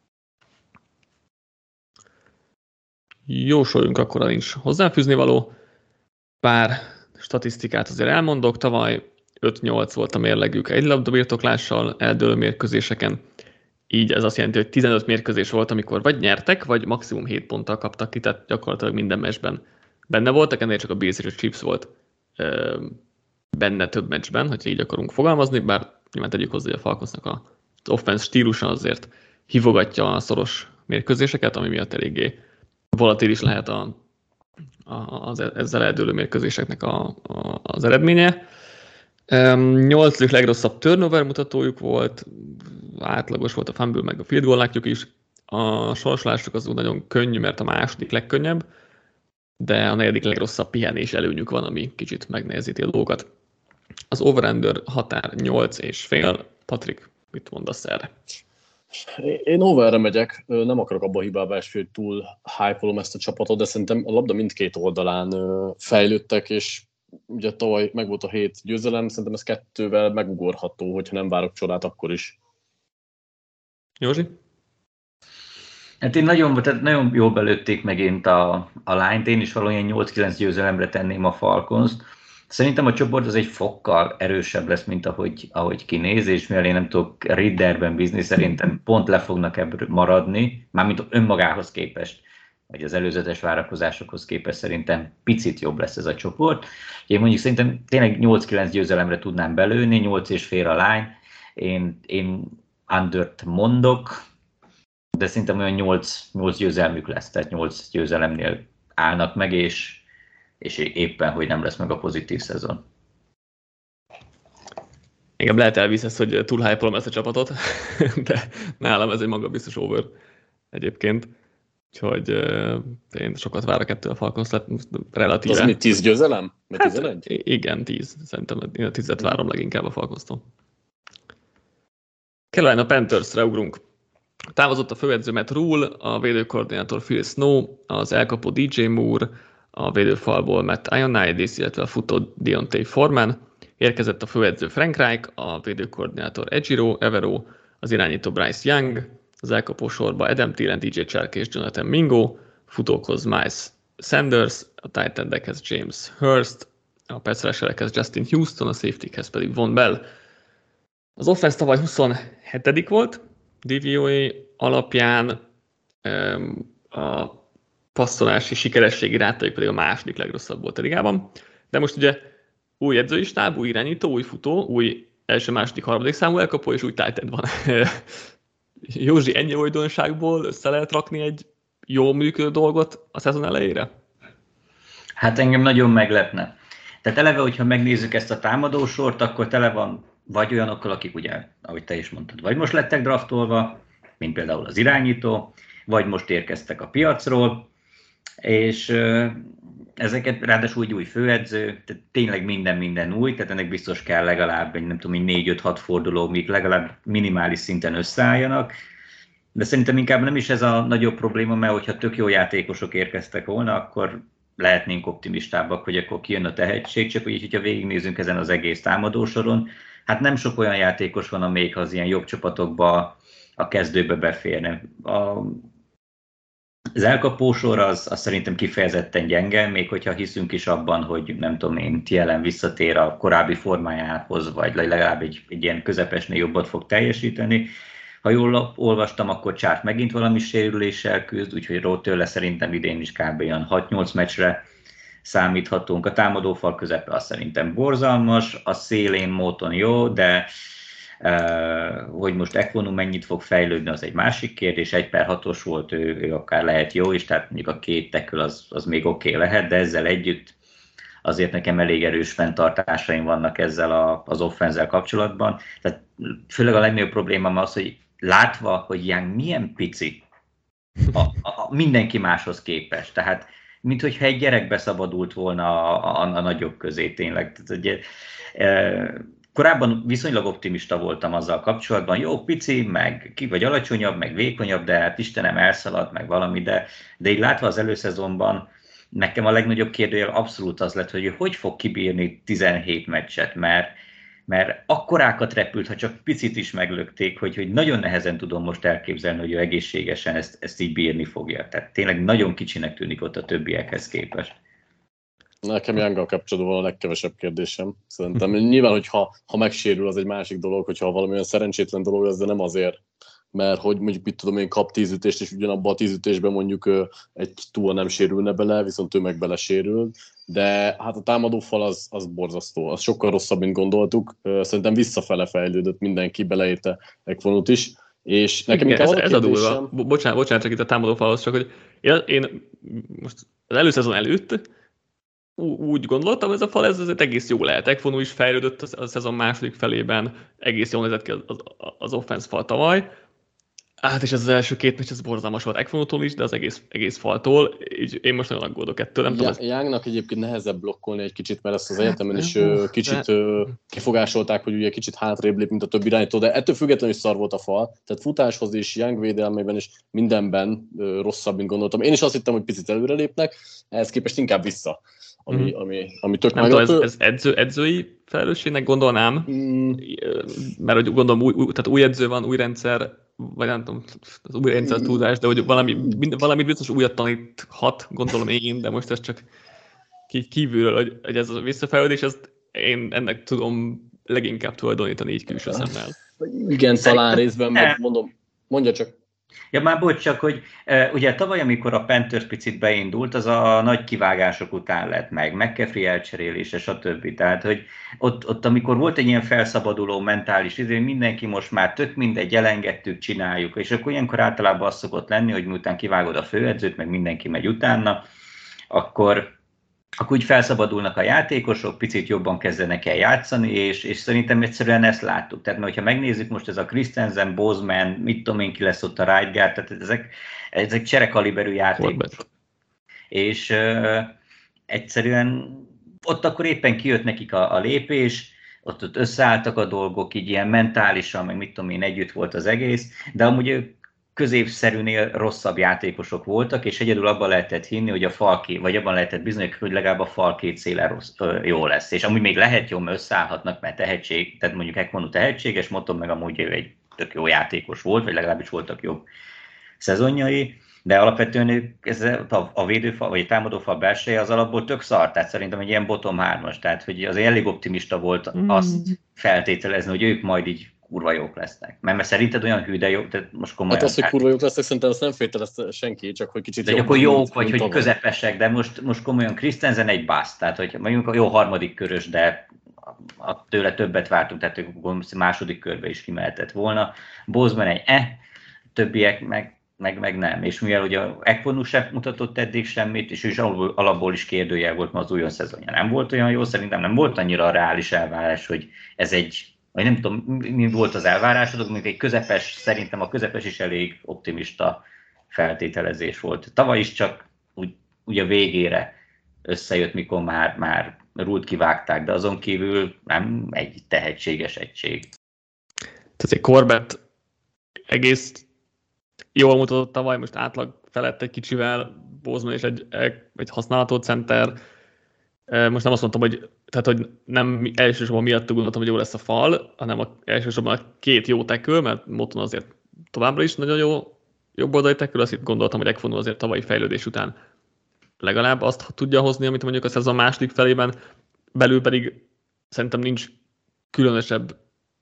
Jósoljunk, akkor nincs hozzáfűzni való. Pár statisztikát azért elmondok. Tavaly öt nyolc volt a mérlegük egy labdabirtoklással eldőlő mérkőzéseken. Így ez azt jelenti, hogy tizenöt mérkőzés volt, amikor vagy nyertek, vagy maximum hét ponttal kaptak ki, tehát gyakorlatilag minden meccsben benne voltak, ennél csak a Bills és a Chiefs volt ö, benne több meccsben, hogyha így akarunk fogalmazni, bár nyilván tegyük hozzá, hogy a Falconsnak az offense stílusa azért hívogatja a szoros mérkőzéseket, ami miatt eléggé volatilis lehet a, a, az ezzel eldőlő mérkőzéseknek a, a, az eredménye. Nyolcadik legrosszabb turnover mutatójuk volt, átlagos volt a fumble meg a field goal-látjuk is. A sorsolásuk az úgy nagyon könnyű, mert a második legkönnyebb, de a negyedik legrosszabb pihenés előnyük van, ami kicsit megnehezíti a dolgokat. Az over-under határ nyolc és fél. Patrik, mit mondasz erre? Én overre megyek, nem akarok abba a hibába esni, hogy túl hype-olom ezt a csapatot, de szerintem a labda mindkét oldalán fejlődtek, és ugye tavaly meg volt a hét győzelem, szerintem ez kettővel megugorható, hogyha nem várok csodát, akkor is. Józsi? Hát én nagyon, tehát nagyon jól belőtték megint a, a line-t, én is valójában nyolc kilenc győzelemre tenném a Falcons-t. Szerintem a csoport az egy fokkal erősebb lesz, mint ahogy, ahogy kinéz, és mivel én nem tudok Ridderben bízni, szerintem pont le fognak ebből maradni, mármint önmagához képest, vagy az előzetes várakozásokhoz képest szerintem picit jobb lesz ez a csoport. Én mondjuk szerintem tényleg nyolc kilenc győzelemre tudnám belőni, nyolc és fél a line, én, én undert mondok, de szerintem olyan nyolc, nyolc győzelmük lesz, tehát nyolc győzelemnél állnak meg, és és éppen, hogy nem lesz meg a pozitív szezon. Igen, lehet elviszesz, hogy túl hype-olom ezt a csapatot, de nálam ez egy magabiztos over egyébként. Úgyhogy uh, én sokat várok ettől a Falcons lett relatíve. Az mi, tíz győzelem? Hát, tizenegy? Igen, tíz. Szerintem én a tízet várom leginkább a Falcons-tól. Carolina Panthers-re ugrunk. Távozott a főedző Matt Rule, a védőkoordinátor Phil Snow, az elkapó dé jé Moore, a védőfalból Matt Ioannidis, illetve a futó Deontay Foreman. Érkezett a főedző Frank Reich, a védőkoordinátor Ejiro Evero, az irányító Bryce Young, az elkapó sorba Adam Thielen, dé jé Chark és Jonathan Mingo, futókhoz Miles Sanders, a tight endekhez James Hurst, a pass rusherekhez Justin Houston, a safetykhez pedig Von Bell. Az offense tavaly huszonhetedik volt, dé vé o á alapján, a passzolási sikerességi rátájuk pedig a második legrosszabb volt a ligában. De most ugye új edzői stáb, új irányító, új futó, új első, második, harmadik számú elkapó, és új tight end van. Józsi, ennyi újdonságból össze lehet rakni egy jól működő dolgot a szezon elejére? Hát engem nagyon meglepne. Tehát eleve, hogyha megnézzük ezt a támadósort, akkor tele van vagy olyanokkal, akik ugye, ahogy te is mondtad, vagy most lettek draftolva, mint például az irányító, vagy most érkeztek a piacról, és uh, ezeket ráadásul úgy új főedző, tehát tényleg minden minden új, tehát ennek biztos kell legalább egy nem tudom, négy öt hat forduló, míg legalább minimális szinten összeálljanak, de szerintem inkább nem is ez a nagyobb probléma, mert hogyha tök jó játékosok érkeztek volna, akkor lehetnénk optimistábbak, hogy akkor kijön a tehetség, csak úgy, hogyha végignézünk ezen az egész támadósoron, hát nem sok olyan játékos van, amelyik az ilyen jobb csapatokba a kezdőbe beférne. A Az elkapósor az, az szerintem kifejezetten gyenge, még hogyha hiszünk is abban, hogy nem tudom én, Thielen visszatér a korábbi formájához, vagy legalább egy, egy ilyen közepesnél jobbat fog teljesíteni. Ha jól olvastam, akkor Chark megint valami sérüléssel küzd, úgyhogy tőle szerintem idén is kb. Olyan hat nyolc meccsre számíthatunk. A támadófal közepe az szerintem borzalmas, a szélén Móton jó, de Uh, hogy most Ekwonu mennyit fog fejlődni, az egy másik kérdés, egy per hatos volt, ő, ő akár lehet jó is, tehát mondjuk a két tackle az, az még oké okay lehet, de ezzel együtt azért nekem elég erős fenntartásaim vannak ezzel a, az offenzel kapcsolatban. Tehát főleg a legnagyobb problémám az, hogy látva, hogy ilyen milyen pici a, a, a mindenki máshoz képest, tehát mint hogyha egy gyerek beszabadult volna a, a, a nagyobb közé tényleg. Tehát, ugye, uh, Korábban viszonylag optimista voltam azzal kapcsolatban, jó, pici, meg ki vagy alacsonyabb, meg vékonyabb, de hát Istenem elszaladt, meg valami, de, de így látva az előszezonban nekem a legnagyobb kérdőjel abszolút az lett, hogy hogy fog kibírni tizenhét meccset, mert mert akkorákat repült, ha csak picit is meglökték, hogy, hogy nagyon nehezen tudom most elképzelni, hogy ő egészségesen ezt, ezt így bírni fogja. Tehát tényleg nagyon kicsinek tűnik ott a többiekhez képest. Nekem Younggal kapcsolatban van a legkevesebb kérdésem. Szerintem nyilván, hogyha ha megsérül, az egy másik dolog, hogyha valamilyen szerencsétlen dolog az, de nem azért, mert hogy mondjuk mit tudom én, kap tíz ütést, és ugyanabban a tíz ütésben mondjuk egy túl nem sérülne bele, viszont ő meg belesérül. De hát a támadófal az, az borzasztó, az sokkal rosszabb, mint gondoltuk. Szerintem visszafele fejlődött mindenki, beleérte Ekvonut is. És nekem igen, ez, a ez a durva. Bocsánat, bocsánat, csak itt a támadófalhoz, csak hogy én most az előszezon előtt úgy gondoltam, hogy ez a fal ez, ez egész jó lehet. Ekvonu is fejlődött a, a szezon második felében, egész jól nézett ki az, az, az offense fal tavaly. Hát és ez az első két meccs, ez borzalmas volt Ekvonutól is, de az egész, egész faltól. Így én most nagyon aggódok ettől. Nem ja, tudom, Youngnak egyébként nehezebb blokkolni egy kicsit, mert ezt az egyetemen is uh, kicsit uh, kifogásolták, hogy ugye kicsit hátrébb lép, mint a többi irányító, de ettől függetlenül is szar volt a fal. Tehát futáshoz is, Young védelmében is mindenben uh, rosszabb, mint gondoltam. Én is azt hittem, hogy picit előre lépnek, ehhez képest inkább vissza. Ami, mm. ami, ami tök nem tudom, ez, ez edző, edzői felelősségnek gondolnám, mm. mert hogy gondolom, új, új, tehát új edző van, új rendszer, vagy nem tudom, az új rendszer túlzás, de hogy valami, valamit biztos újat taníthat, gondolom én, de most ez csak kívülről, hogy, hogy ez a visszafejlődés, ezt én ennek tudom leginkább tulajdonítani így külső szemmel. Igen, talán részben, meg mondom, mondja csak. Ja, már bocs, csak hogy uh, ugye tavaly, amikor a Panthers picit beindult, az a nagy kivágások után lett meg, McCaffrey elcserélése, stb. Tehát, hogy ott, ott amikor volt egy ilyen felszabaduló mentális idő, mindenki most már tök mindegy, elengedtük, csináljuk, és akkor ilyenkor általában az szokott lenni, hogy miután kivágod a főedzőt, meg mindenki megy utána, akkor akkor úgy felszabadulnak a játékosok, picit jobban kezdenek el játszani, és, és szerintem egyszerűen ezt láttuk. Tehát, mert ha megnézzük most ez a Christensen, Bozeman, mit tudom én, ki lesz ott a right guard, tehát ezek, ezek cserekaliberű játékosok. És uh, egyszerűen ott akkor éppen kijött nekik a, a lépés, ott, ott összeálltak a dolgok, így ilyen mentálisan, meg mit tudom én, együtt volt az egész, de amúgy ők középszerűnél rosszabb játékosok voltak, és egyedül abban lehetett hinni, hogy a fal két, vagy abban lehetett bizonyos, hogy legalább a fal két széle rossz, ö, jó lesz. És amúgy még lehet jó, mert összeállhatnak, mert tehetség, tehát mondjuk Ekvonu tehetséges, Moton meg amúgy egy tök jó játékos volt, vagy legalábbis voltak jobb szezonjai, de alapvetően ők, ez a, a védőfal, vagy a támadófal belseje az alapból tök szar, tehát szerintem egy ilyen bottom hármas, tehát hogy azért elég optimista volt mm. azt feltételezni, hogy ők majd így kurva jók lesznek. Mert, mert szerinted olyan hű, de jó, tehát most komolyan. Hát az, hogy kurva jók lesznek, szerintem azt nem fételezte senki, csak hogy kicsit de jobb. De akkor jók, vagy hogy tavaly. Közepesek, de most, most komolyan Christensen egy bassz, tehát hogy mondjuk a jó harmadik körös, de a, tőle többet vártunk, tehát ő második körbe is kimehetett volna. Bozeman egy eh, többiek meg, meg, meg nem. És mivel ugye Ekvonu sem mutatott eddig semmit, és ő is alapból is kérdőjel volt, mert az újon szezonja nem volt olyan jó, szerintem nem volt annyira reális elvárás, hogy ez egy, vagy nem tudom, mi volt az elvárásodok, mondjuk egy közepes, szerintem a közepes is elég optimista feltételezés volt. Tavaly is csak úgy, úgy a végére összejött, mikor már, már rult kivágták, de azon kívül nem egy tehetséges egység. Tehát egy Corbett egész jól mutatott tavaly, most átlag felett egy kicsivel, Bozeman és egy, egy használható center. Most nem azt mondtam, hogy, tehát, hogy nem elsősorban miatt gondoltam, hogy jó lesz a fal, hanem a, elsősorban a két jó tackle, mert Moton azért továbbra is nagyon jó jobb oldali tackle, azt gondoltam, hogy Ekvonu azért tavalyi fejlődés után legalább azt tudja hozni, amit mondjuk a szezon második felében, belül pedig szerintem nincs különösebb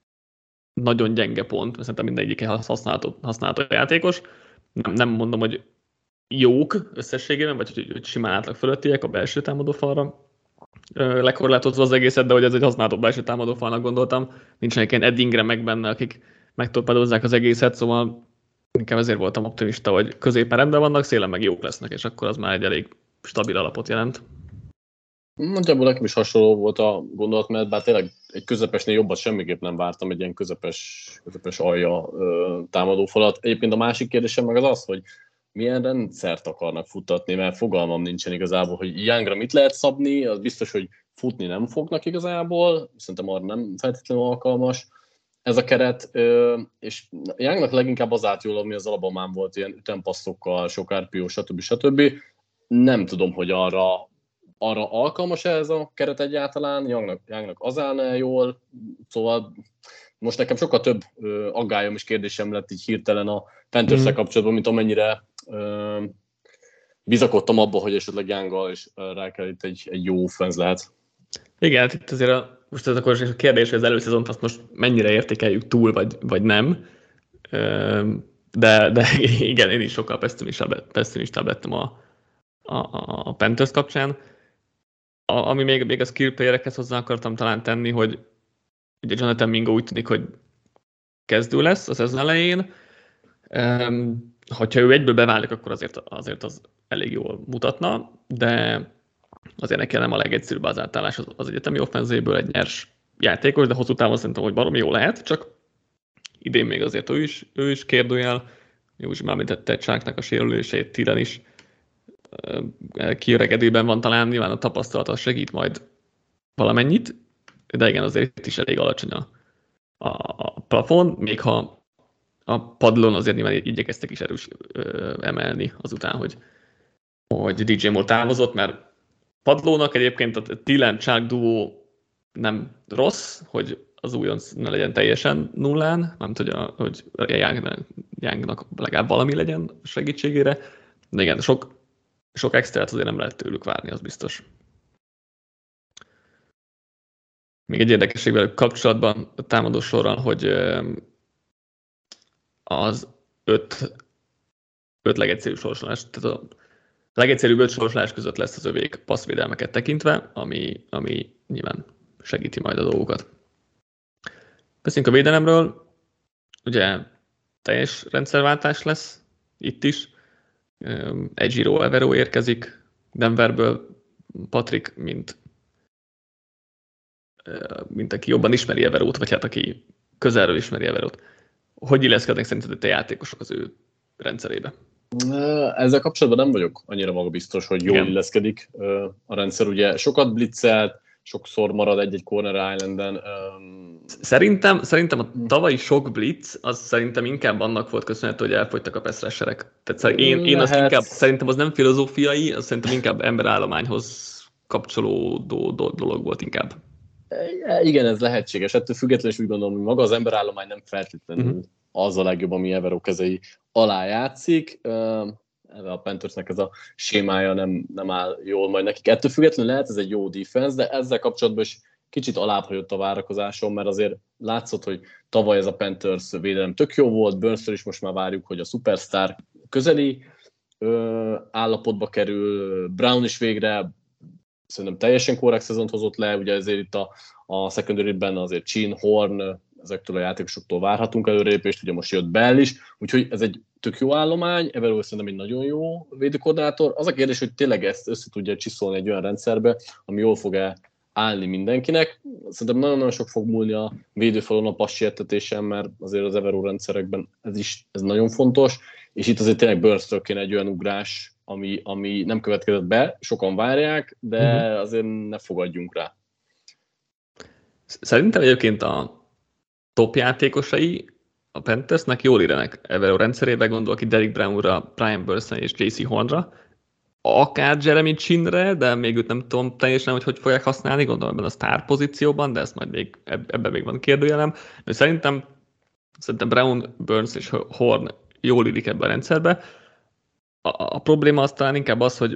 nagyon gyenge pont, mert szerintem mindegyik használható, használható játékos. Nem, nem mondom, hogy jók összességében, vagy hogy, hogy simán átlag fölöttiek a belső támadófalra lekorlátozva az egészet, de hogy ez egy használható belső támadófalnak gondoltam. Nincsenek ilyen Eddingre meg benne, akik megtorpedozzák az egészet, szóval inkább ezért voltam optimista, hogy középen rendben vannak, szélen meg jók lesznek, és akkor az már egy elég stabil alapot jelent. Nagyjából nekem is hasonló volt a gondolat, mert bár tényleg egy közepesnél jobbat semmiképp nem vártam, egy ilyen közepes, közepes alja ö, támadófalat. Egyébként a másik kérdésem meg az az, hogy milyen rendszert akarnak futtatni, mert fogalmam nincsen igazából, hogy Youngra mit lehet szabni, az biztos, hogy futni nem fognak igazából, szerintem arra nem feltétlenül alkalmas ez a keret, és Youngnak leginkább az állt jól, ami az alapban volt, ilyen ütempasszokkal, sok er pé o, stb. stb. Nem tudom, hogy arra arra alkalmas ez a keret egyáltalán, Youngnak, Youngnak az állna jól, szóval most nekem sokkal több ö, aggályom és kérdésem lett így hirtelen a Panthers-szel mm. kapcsolatban, mint amennyire ö, bizakodtam abba, hogy esetleg Younggal is rá kell itt egy, egy jó offense lehet. Igen, itt azért a, most ez akkor a kérdés, hogy az előszezont azt most mennyire értékeljük túl, vagy, vagy nem. De, de igen, én is sokkal pessimistább, pessimistább lettem a, a, a Panthers kapcsán. A, ami még, még a skill playerekhez hozzá akartam talán tenni, hogy ugye Jonathan Mingo úgy tűnik, hogy kezdő lesz az szezon elején. Um, hogyha ő egyből beválik, akkor azért, azért az elég jól mutatna, de azért neki nem a legegyszerűbb az átállás az, az egyetemi offenzéből egy nyers játékos, de hosszú távon szerintem, hogy baromi jó lehet, csak idén még azért ő is, ő is kérdőjel, jó is már említette Chunknak a sérülését, Thielen is kiöregedőben van talán, nyilván a tapasztalata segít majd valamennyit, de igen, azért itt is elég alacsony a, a, a plafon, még ha a padlón azért nyilván igyekeztek is erős ö, emelni azután, hogy, hogy dé jé Moore távozott, mert padlónak egyébként a Thielen-Chunk duó nem rossz, hogy az újonc ne legyen teljesen nullán, nem tudja, hogy Youngnak legalább valami legyen segítségére, de igen, sok, sok extrát azért nem lehet tőlük várni, az biztos. Még egy érdekesség velük kapcsolatban a támadó sorral, hogy az öt, öt legegyszerűbb sorsolás, tehát a legegyszerűbb öt sorsolás között lesz az övék passzvédelmeket tekintve, ami, ami nyilván segíti majd a dolgokat. Beszéljünk a védelemről, ugye teljes rendszerváltás lesz itt is. Ejiro Evero érkezik Denverből, Patrick, mint, mint aki jobban ismeri Everót, vagy hát aki közelről ismeri Everót. Hogy illeszkednek szerinted a játékosok az ő rendszerébe? Ezzel kapcsolatban nem vagyok annyira magabiztos, hogy jól Igen. illeszkedik a rendszer. Ugye sokat blitzelt, sokszor marad egy-egy corner islanden. Szerintem, szerintem a tavalyi sok blitz, az szerintem inkább annak volt köszönhető, hogy elfogytak a pass rusherek. Tehát én, én azt inkább, szerintem az nem filozófiai, az szerintem inkább emberállományhoz kapcsolódó dolog volt inkább. Igen, ez lehetséges. Ettől függetlenül is úgy gondolom, hogy maga az emberállomány nem feltétlenül uh-huh. az a legjobb, ami Evero kezei alá játszik. A Panthersnek ez a sémája nem, nem áll jól majd nekik. Ettől függetlenül lehet ez egy jó defense, de ezzel kapcsolatban is kicsit alább hagyott a várakozásom, mert azért látszott, hogy tavaly ez a Panthers védelem tök jó volt, Burns-től is most már várjuk, hogy a superstar közeli ö, állapotba kerül, Brown is végre szerintem teljesen korrekt szezont hozott le, ugye ezért itt a, a secondary-ben azért Chin, Horn, ezektől a játékosoktól várhatunk előrelépést, ugye most jött Bell is, úgyhogy ez egy tök jó állomány, Evero szerintem egy nagyon jó védőkoordinátor. Az a kérdés, hogy tényleg ezt össze tudja csiszolni egy olyan rendszerbe, ami jól fog-e állni mindenkinek. Szerintem nagyon-nagyon sok fog múlni a védőfalon a passértetésen, mert azért az Evero rendszerekben ez is ez nagyon fontos, és itt azért tényleg Burns-től kéne egy olyan ugrás, ami, ami nem következett be, sokan várják, de uh-huh. azért ne fogadjunk rá. Szerintem egyébként a top játékosai a Panthersnek jól írnak Evero rendszerébe, gondolok itt Derrick Brownra, Brian Burson és jé cé Hornra, akár Jeremy Chinre, de még őt nem tudom teljesen, hogy hogy fogják használni, gondolom ebben a sztár pozícióban, de ezt majd még, ebben még van kérdőjelem. De szerintem, szerintem Brown, Burns és Horn jól illik ebben a rendszerbe. A, a probléma az talán inkább az, hogy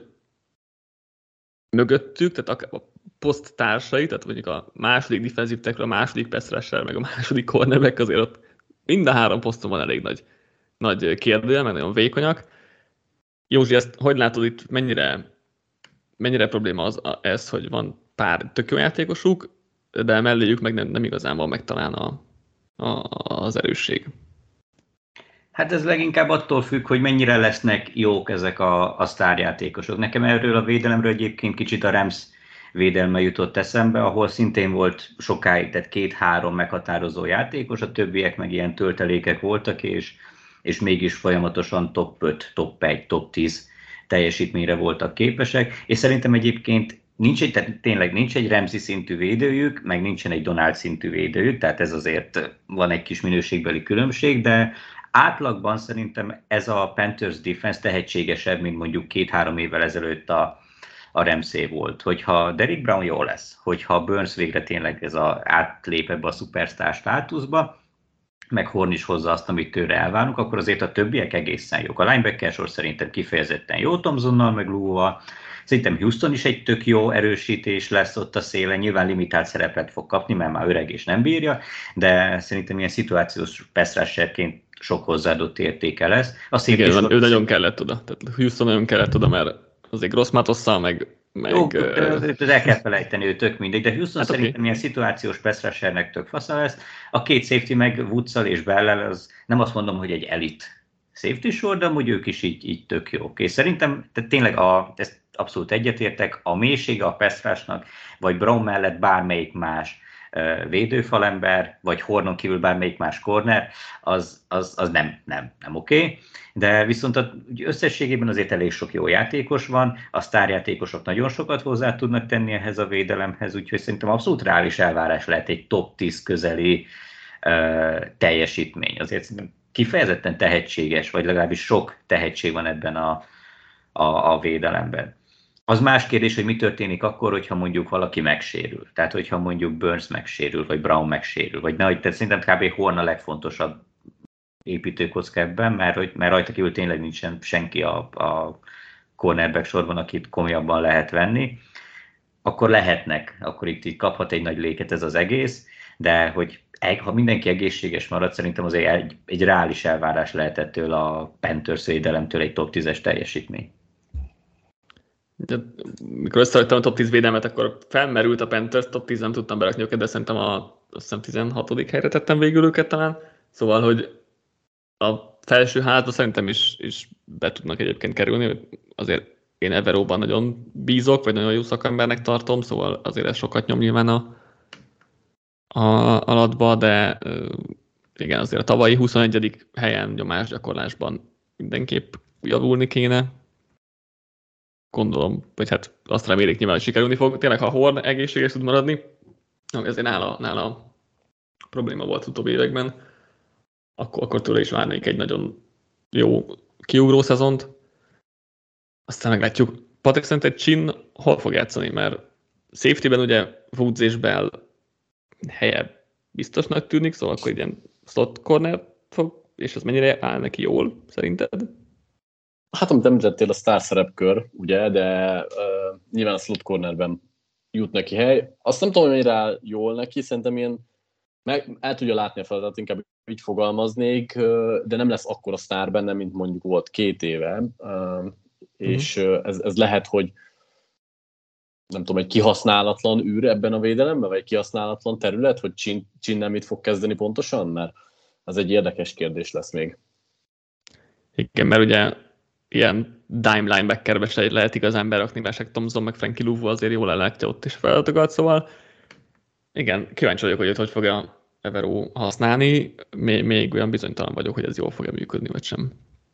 mögöttük, tehát a poszt társai, tehát mondjuk a második defensive tackle, a második pass rusher, meg a második cornerback, azért ott mind a három poszton van elég nagy, nagy kérdőjel, mert nagyon vékonyak. Józsi, ezt hogy látod itt, mennyire, mennyire probléma az, ez, hogy van pár tök jó játékosuk, de melléjük meg nem, nem igazán van meg talán a, a, az erősség? Hát ez leginkább attól függ, hogy mennyire lesznek jók ezek a, a sztárjátékosok. Nekem erről a védelemről egyébként kicsit a Rams védelme jutott eszembe, ahol szintén volt sokáig, tehát két-három meghatározó játékos, a többiek meg ilyen töltelékek voltak, és, és mégis folyamatosan top öt, top egy, top tíz teljesítményre voltak képesek, és szerintem egyébként nincs egy, tehát tényleg nincs egy Ramsey szintű védőjük, meg nincsen egy Donald szintű védőjük, tehát ez azért van egy kis minőségbeli különbség, de átlagban szerintem ez a Panthers defense tehetségesebb, mint mondjuk két-három évvel ezelőtt a, a Ramsey volt. Hogyha Derrick Brown jó lesz, hogyha Burns végre tényleg ez a, átlép ebbe a szupersztár státuszba, meg Horn is hozza azt, amit tőle elvárunk, akkor azért a többiek egészen jók. A linebacker sor szerintem kifejezetten jó Thompsonnal, meg Lúval. Szerintem Houston is egy tök jó erősítés lesz ott a szélen, nyilván limitált szerepet fog kapni, mert már öreg és nem bírja, de szerintem ilyen szituációs pass-rusherként sok hozzáadott értéke lesz. A Igen, van, ő nagyon kellett oda, tehát Houston nagyon kellett oda, mert azért Gross Matosszal, meg... meg jó, uh... el kell felejteni, ő tök mindegy, de Houston hát szerintem okay. ilyen szituációs pass rushernek tök fasza lesz. A két safety meg Woodszal és Bellel, az nem azt mondom, hogy egy elit safety sor, de amúgy ők is így, így tök jók. És szerintem tehát tényleg a, ezt abszolút egyetértek, a mélysége a pass rushnak, vagy Brown mellett bármelyik más uh, védőfalember, vagy Hornon kívül bármelyik más corner, az, az, az nem, nem, nem oké. Okay. De viszont a, összességében azért elég sok jó játékos van, a sztárjátékosok nagyon sokat hozzá tudnak tenni ehhez a védelemhez, úgyhogy szerintem abszolút reális elvárás lehet egy top tíz közeli uh, teljesítmény. Azért szerintem kifejezetten tehetséges, vagy legalábbis sok tehetség van ebben a, a, a védelemben. Az más kérdés, hogy mi történik akkor, hogyha mondjuk valaki megsérül. Tehát, hogyha mondjuk Burns megsérül, vagy Brown megsérül, vagy nehogy, tehát szerintem kb. Horn a legfontosabb építőkocka ebben, mert, hogy, mert rajta kívül tényleg nincsen senki a, a cornerback sorban, akit komolyabban lehet venni, akkor lehetnek, akkor itt, itt kaphat egy nagy léket ez az egész, de hogy ha mindenki egészséges marad, szerintem azért egy, egy reális elvárás lehet ettől a Panthers védelemtől egy top tízes teljesítmény. De, mikor összehagytam a top tíz védelmet, akkor felmerült a Panthers, top tíz nem tudtam berakni őket, de szerintem a azt hiszem tizenhatodik helyre tettem végül őket talán. Szóval, hogy a felső házba szerintem is, is be tudnak egyébként kerülni. Azért én Everóban nagyon bízok, vagy nagyon jó szakembernek tartom, szóval azért ez sokat nyom nyilván a, a alatba, de igen, azért a tavalyi huszonegyedik helyen nyomásgyakorlásban mindenképp javulni kéne. Gondolom, vagy hát azt remélik nyilván, hogy sikerülni fog. Tényleg, ha Horn egészséges tud maradni, ami azért nála, nála probléma volt az utóbbi években, akkor, akkor tőle is várnék egy nagyon jó kiugró szezont. Aztán meglátjuk. Patrik, szerinted Chin hol fog játszani? Mert safety-ben ugye Woods és Bell helye biztosnak tűnik, szóval akkor ilyen slot corner fog, és az mennyire áll neki jól, szerinted? Hát, amit említettél, a sztár szerepkör, ugye, de uh, nyilván a slot cornerben jut neki hely. Azt nem tudom, hogy mennyire áll jól neki, szerintem ilyen meg el tudja látni a feladatot, inkább így fogalmaznék, de nem lesz akkora sztár benne, mint mondjuk volt két éve, és mm. ez, ez lehet, hogy nem tudom, egy kihasználatlan űr ebben a védelemben, vagy egy kihasználatlan terület, hogy Chin, Chin nem mit fog kezdeni pontosan, mert ez egy érdekes kérdés lesz még. Igen, mert ugye ilyen dime linebackerbe se lehet igazán berakni, Leszek Thompson, meg Frankie Louvu azért jól ellátja ott is a feladatokat, szóval igen, kíváncsi vagyok, hogy őt hogy fogja Evero használni, még, még olyan bizonytalan vagyok, hogy ez jól fog-e működni, vagy sem.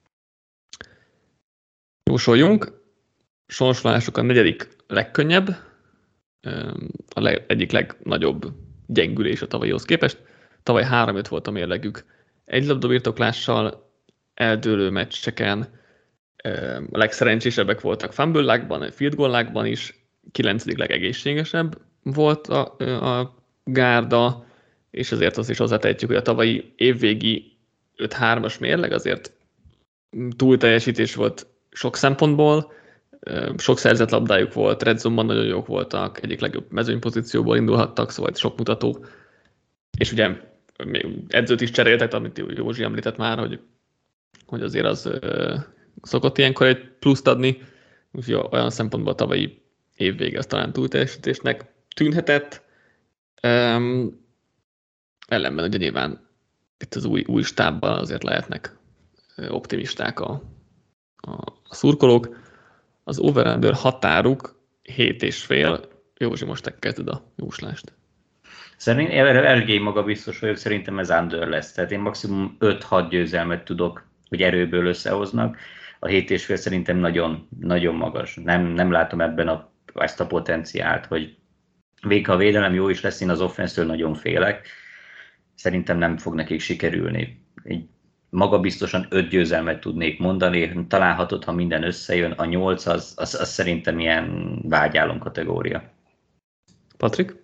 Jósoljunk. Sorsolások a negyedik legkönnyebb, a leg, egyik legnagyobb gyengülés a tavalyhoz képest. Tavaly három öt volt a mérlegük. Egy labdabirtoklással, eldőlő meccseken, a legszerencsésebbek voltak fumble-lákban, field goal-lákban is, kilencedik legegészségesebb volt a, a gárda, és azért azt is hozzátehetjük, hogy a tavalyi évvégi öt hármas mérleg azért túl teljesítés volt sok szempontból, sok szerzett labdájuk volt, red zone-ban nagyon jók voltak, egyik legjobb mezőnypozícióból indulhattak, szóval sok mutató. És ugye edzőt is cseréltek, amit Józsi említett már, hogy, hogy azért az ö, szokott ilyenkor egy pluszt adni, úgyhogy olyan szempontból a tavalyi évvége az talán túlteljesítésnek tűnhetett. Um, ellenben ugye nyilván itt az új, új stábban azért lehetnek optimisták a, a, a szurkolók. Az over-under határuk hét és fél. Józsi, most te kezded a jóslást. Szerintem eléggé maga biztos vagyok, szerintem ez under lesz. Tehát én maximum öt-hat győzelmet tudok, hogy erőből összehoznak. A hét és fél szerintem nagyon, nagyon magas. Nem, nem látom ebben a, ezt a potenciált, hogy végig a védelem jó is lesz, én az offense-től nagyon félek. Szerintem nem fog nekik sikerülni. Egy magabiztosan öt győzelmet tudnék mondani, talán hatot, ha minden összejön, a nyolc az, az, az szerintem ilyen vágyálom kategória. Patrik?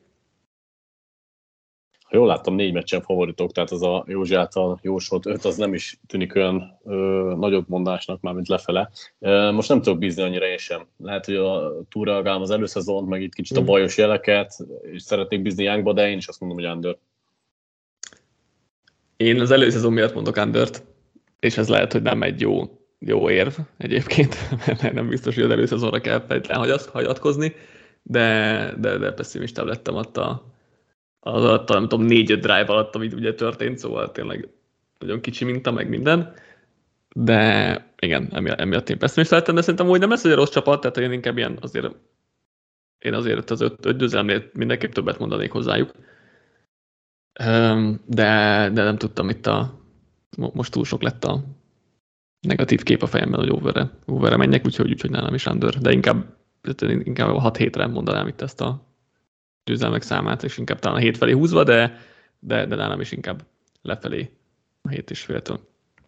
Ha jól láttam, négy meccsen favoritok, tehát az a Józsi által jósolt öt, az nem is tűnik olyan ö, nagyobb mondásnak már, mint lefele. Ö, most nem tudok bízni annyira én sem. Lehet, hogy a túlreagálom az előszezont, meg itt kicsit a bajos jeleket, és szeretnék bízni Youngba, de én is azt mondom, hogy under. Én az előszezon miatt mondok undert, és ez lehet, hogy nem egy jó, jó érv egyébként, mert nem biztos, hogy az előszezonra kell feltétlenül hagyatkozni, de, de, de pessimistább lettem ott a az alatt, nem tudom, négy-öt drive alatt, amit ugye történt, szóval tényleg nagyon kicsi minta, meg minden. De igen, emiatt, emiatt én pessimista lettem, de szerintem úgy nem lesz egy rossz csapat, tehát én inkább ilyen azért, én azért az öt, öt győzelemnél mindenképp többet mondanék hozzájuk. De, de nem tudtam, itt a, most túl sok lett a negatív kép a fejemben, hogy overre, overre menjek, úgyhogy, úgyhogy nálam is under, de inkább, inkább a hat hétre mondanám itt ezt a győzelmek számát, és inkább talán a hét felé húzva, de, de, de nálam is inkább lefelé a hét és féltől.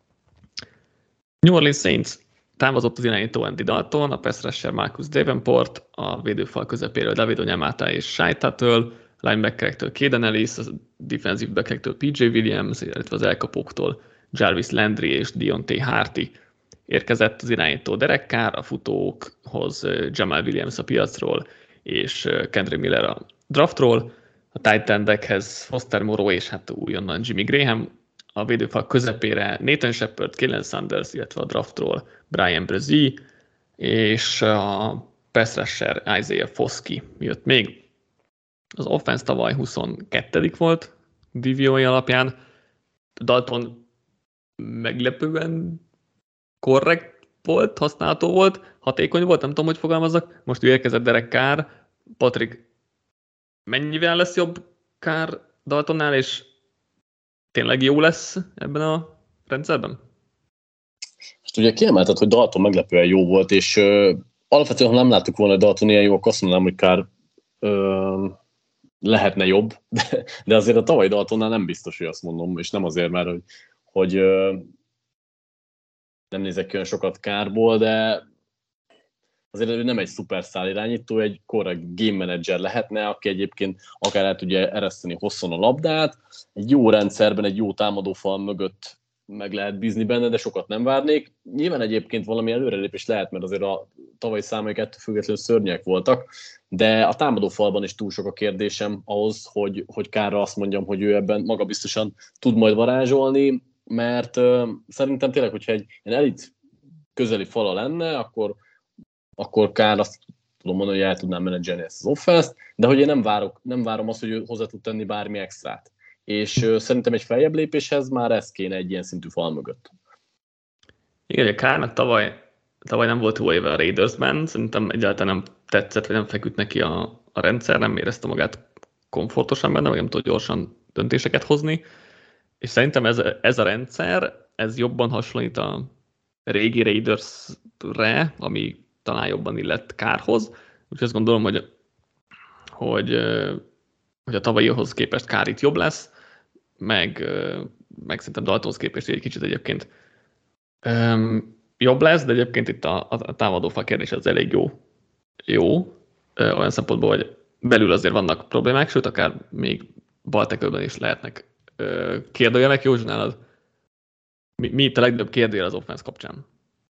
New Orleans Saints távozott az irányító Andy Dalton, a pass rusher Marcus Davenport, a védőfal közepéről David Onyemata és Shai Tuttle, linebackerektől Caden Ellis, a defensive backerektől pé jé Williams, illetve az elkapóktól Jarvis Landry és Deontay Harty. Érkezett az irányító Derek Carr, a futókhoz Jamal Williams a piacról, és Kendrick Miller a draftról, a tight endekhez Foster Moreau és hát újonnan Jimmy Graham, a védőfal közepére Nathan Shepard, Kellen Sanders, illetve a draftról Brian Brzee, és a pass rusher Isaiah Foskey jött még. Az offense tavaly huszonkettő volt dé vé o alapján, Dalton meglepően korrekt volt, használható volt, hatékony volt, nem tudom, hogy fogalmazzak. Most ő érkezett Derek Carr. Patrik, mennyivel lesz jobb Carr Daltonnál, és tényleg jó lesz ebben a rendszerben? Most ugye kiemelted, hogy Dalton meglepően jó volt, és uh, alapvetően, ha nem láttuk volna, hogy Dalton ilyen jó, akkor azt mondanám, hogy Carr uh, lehetne jobb, de, de azért a tavalyi Daltonnál nem biztos, hogy azt mondom, és nem azért, mert hogy, hogy uh, nem nézek ki olyan sokat Carrból, de azért ő nem egy szupersztár irányító, egy korrekt game manager lehetne, aki egyébként akár el tudja ereszteni hosszon a labdát, egy jó rendszerben, egy jó támadófal mögött meg lehet bízni benne, de sokat nem várnék. Nyilván egyébként valami előrelépés lehet, mert azért a tavalyi számaik ettől függetlenül szörnyek voltak, de a támadófalban is túl sok a kérdésem ahhoz, hogy, hogy Carrra azt mondjam, hogy ő ebben magabiztosan tud majd varázsolni, mert uh, szerintem tényleg, hogyha egy ilyen elit közeli fala lenne, akkor akkor Carr azt tudom mondani, hogy el tudnám menedzselni ezt az offense-t, de hogy én nem, várok, nem várom azt, hogy ő hozzá tud tenni bármi extrát. És uh, szerintem egy feljebb lépéshez már ez kéne egy ilyen szintű fal mögött. Igen, a Carrnak tavaly, tavaly nem volt jó éve a Raidersben, szerintem egyáltalán nem tetszett, vagy nem feküdt neki a, a rendszer, nem érezte magát komfortosan benne, vagy nem tud gyorsan döntéseket hozni, és szerintem ez, ez a rendszer, ez jobban hasonlít a régi Raidersre, ami talán jobban illett Carrhoz, úgyhogy azt gondolom, hogy, hogy, hogy a tavalyihoz képest Carr itt jobb lesz, meg, meg szerintem Daltonhoz képest egy kicsit egyébként um, jobb lesz, de egyébként itt a, a támadófal kérdés az elég jó, jó olyan szempontból, hogy belül azért vannak problémák, sőt, akár még baltekölben is lehetnek kérdőjelek. Józsi, nálad mi, mi itt a legnagyobb kérdőjel az offense kapcsán?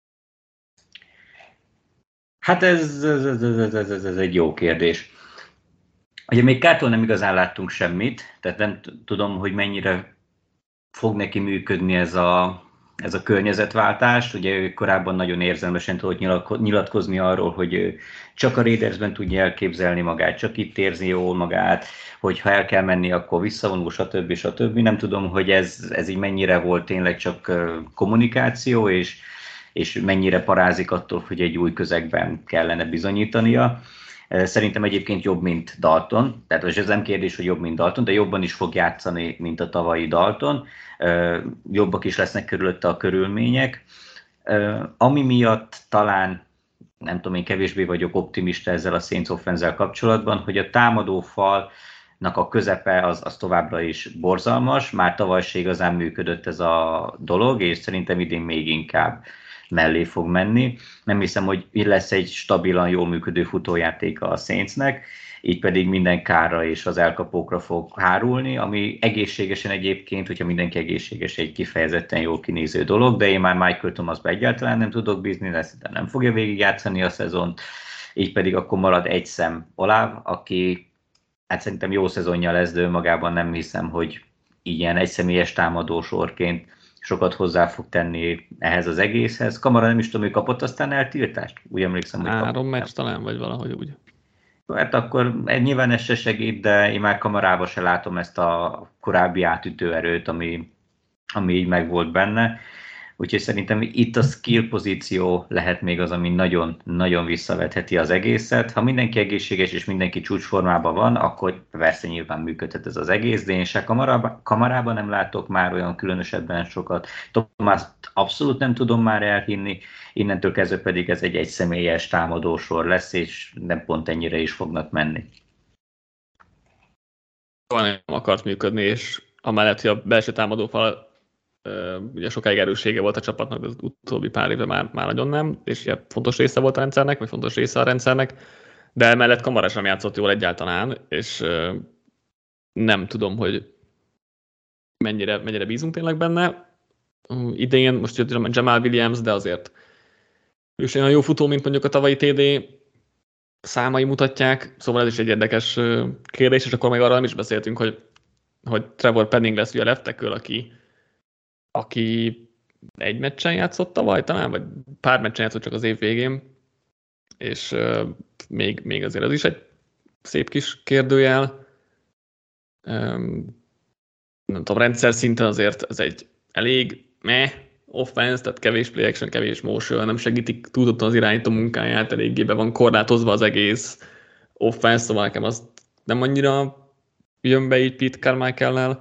Hát ez, ez, ez, ez, ez, ez, ez egy jó kérdés. Ugye még Carrtól nem igazán láttunk semmit, tehát nem tudom, hogy mennyire fog neki működni ez a, ez a környezetváltás. Ugye ő korábban nagyon érzelmesen tudott nyilatkozni arról, hogy csak a Raidersben tudja elképzelni magát, csak itt érzi jól magát, hogy ha el kell menni, akkor visszavonul, stb. stb. Nem tudom, hogy ez, ez így mennyire volt tényleg csak kommunikáció, és és mennyire parázik attól, hogy egy új közegben kellene bizonyítania. Szerintem egyébként jobb, mint Dalton, tehát ez nem kérdés, hogy jobb, mint Dalton, de jobban is fog játszani, mint a tavalyi Dalton. Jobbak is lesznek körülötte a körülmények. Ami miatt talán, nem tudom, én kevésbé vagyok optimista ezzel a Saints offense-zel kapcsolatban, hogy a támadófal a közepe az, az továbbra is borzalmas, már tavaly se igazán működött ez a dolog, és szerintem idén még inkább mellé fog menni. Nem hiszem, hogy lesz egy stabilan jól működő futójátéka a Saintsnek, így pedig minden kárra és az elkapókra fog hárulni, ami egészségesen egyébként, hogyha mindenki egészséges, egy kifejezetten jól kinéző dolog, de én már Michael Thomasba egyáltalán nem tudok bízni, de szerintem nem fogja végigjátszani a szezont, így pedig akkor marad egy szem Olave, aki hát szerintem jó szezonja lesz, de önmagában nem hiszem, hogy ilyen egyszemélyes támadósorként sokat hozzá fog tenni ehhez az egészhez. Kamara nem is tudom, hogy kapott aztán eltiltást? Úgy emlékszem, hogy Három meccs talán, vagy valahogy úgy. Hát akkor nyilván ez se segít, de én már Kamarába se látom ezt a korábbi átütő erőt, ami, ami így meg volt benne. Úgyhogy szerintem itt a skill pozíció lehet még az, ami nagyon-nagyon visszavetheti az egészet. Ha mindenki egészséges és mindenki csúcsformában van, akkor persze nyilván működhet ez az egész, de én se Kamarában, Kamarában nem látok már olyan különösebben sokat. Tomást abszolút nem tudom már elhinni, innentől kezdve pedig ez egy egyszemélyes támadósor lesz, és nem pont ennyire is fognak menni. Nem akart működni, és amellett, hogy a belső támadófal ugye sokáig erőssége volt a csapatnak, de az utóbbi pár évben már, már nagyon nem, és ugye fontos része volt a rendszernek, vagy fontos része a rendszernek, de emellett Kamara sem játszott jól egyáltalán, és nem tudom, hogy mennyire, mennyire bízunk tényleg benne. Idén most jött Jamal Williams, de azért ő is olyan jó futó, mint mondjuk a tavalyi té dé számai mutatják, szóval ez is egy érdekes kérdés, és akkor még arra nem is beszéltünk, hogy, hogy Trevor Penning lesz ugye a left tackle, aki aki egy meccsen játszott tavaly talán, vagy pár meccsen játszott csak az év végén, és uh, még, még azért az is egy szép kis kérdőjel. Um, nem tudom, rendszer szinten azért ez egy elég meh offense, tehát kevés play action, kevés motion, nem segítik túlzottan az irányító munkáját, eléggé be van korlátozva az egész offense, szóval nekem az nem annyira jön be így Pete Carmichael-nel.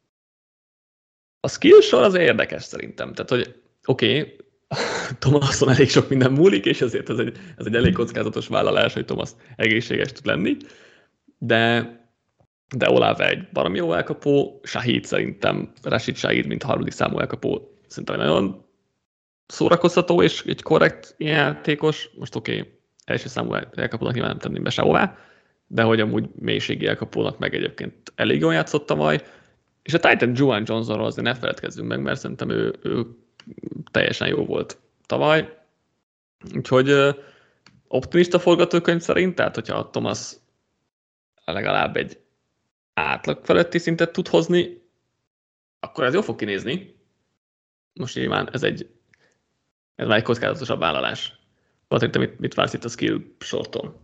A skill sor az érdekes szerintem, tehát hogy oké, okay, Thomason elég sok minden múlik, és ezért ez egy, ez egy elég kockázatos vállalás, hogy Thomas egészséges tud lenni, de, de Olave egy baromi jó elkapó, Shahid szerintem, Rashid Shahid, mint harmadik számú elkapó, szerintem nagyon szórakoztató és egy korrekt játékos, most oké, okay, első számú elkapónak nyilván nem tenném be sehová, de hogy amúgy mélységi elkapónak meg egyébként elég jól játszott tavaly. És a Titan Juwan Johnsonról azért ne feledkezzünk meg, mert szerintem ő, ő teljesen jó volt tavaly. Úgyhogy optimista forgatókönyv szerint, tehát hogyha a Thomas legalább egy átlag feletti szintet tud hozni, akkor ez jól fog kinézni. Most nyilván ez egy, ez már egy kockázatosabb vállalás. Patrik, te mit, mit vársz itt a skill sortól?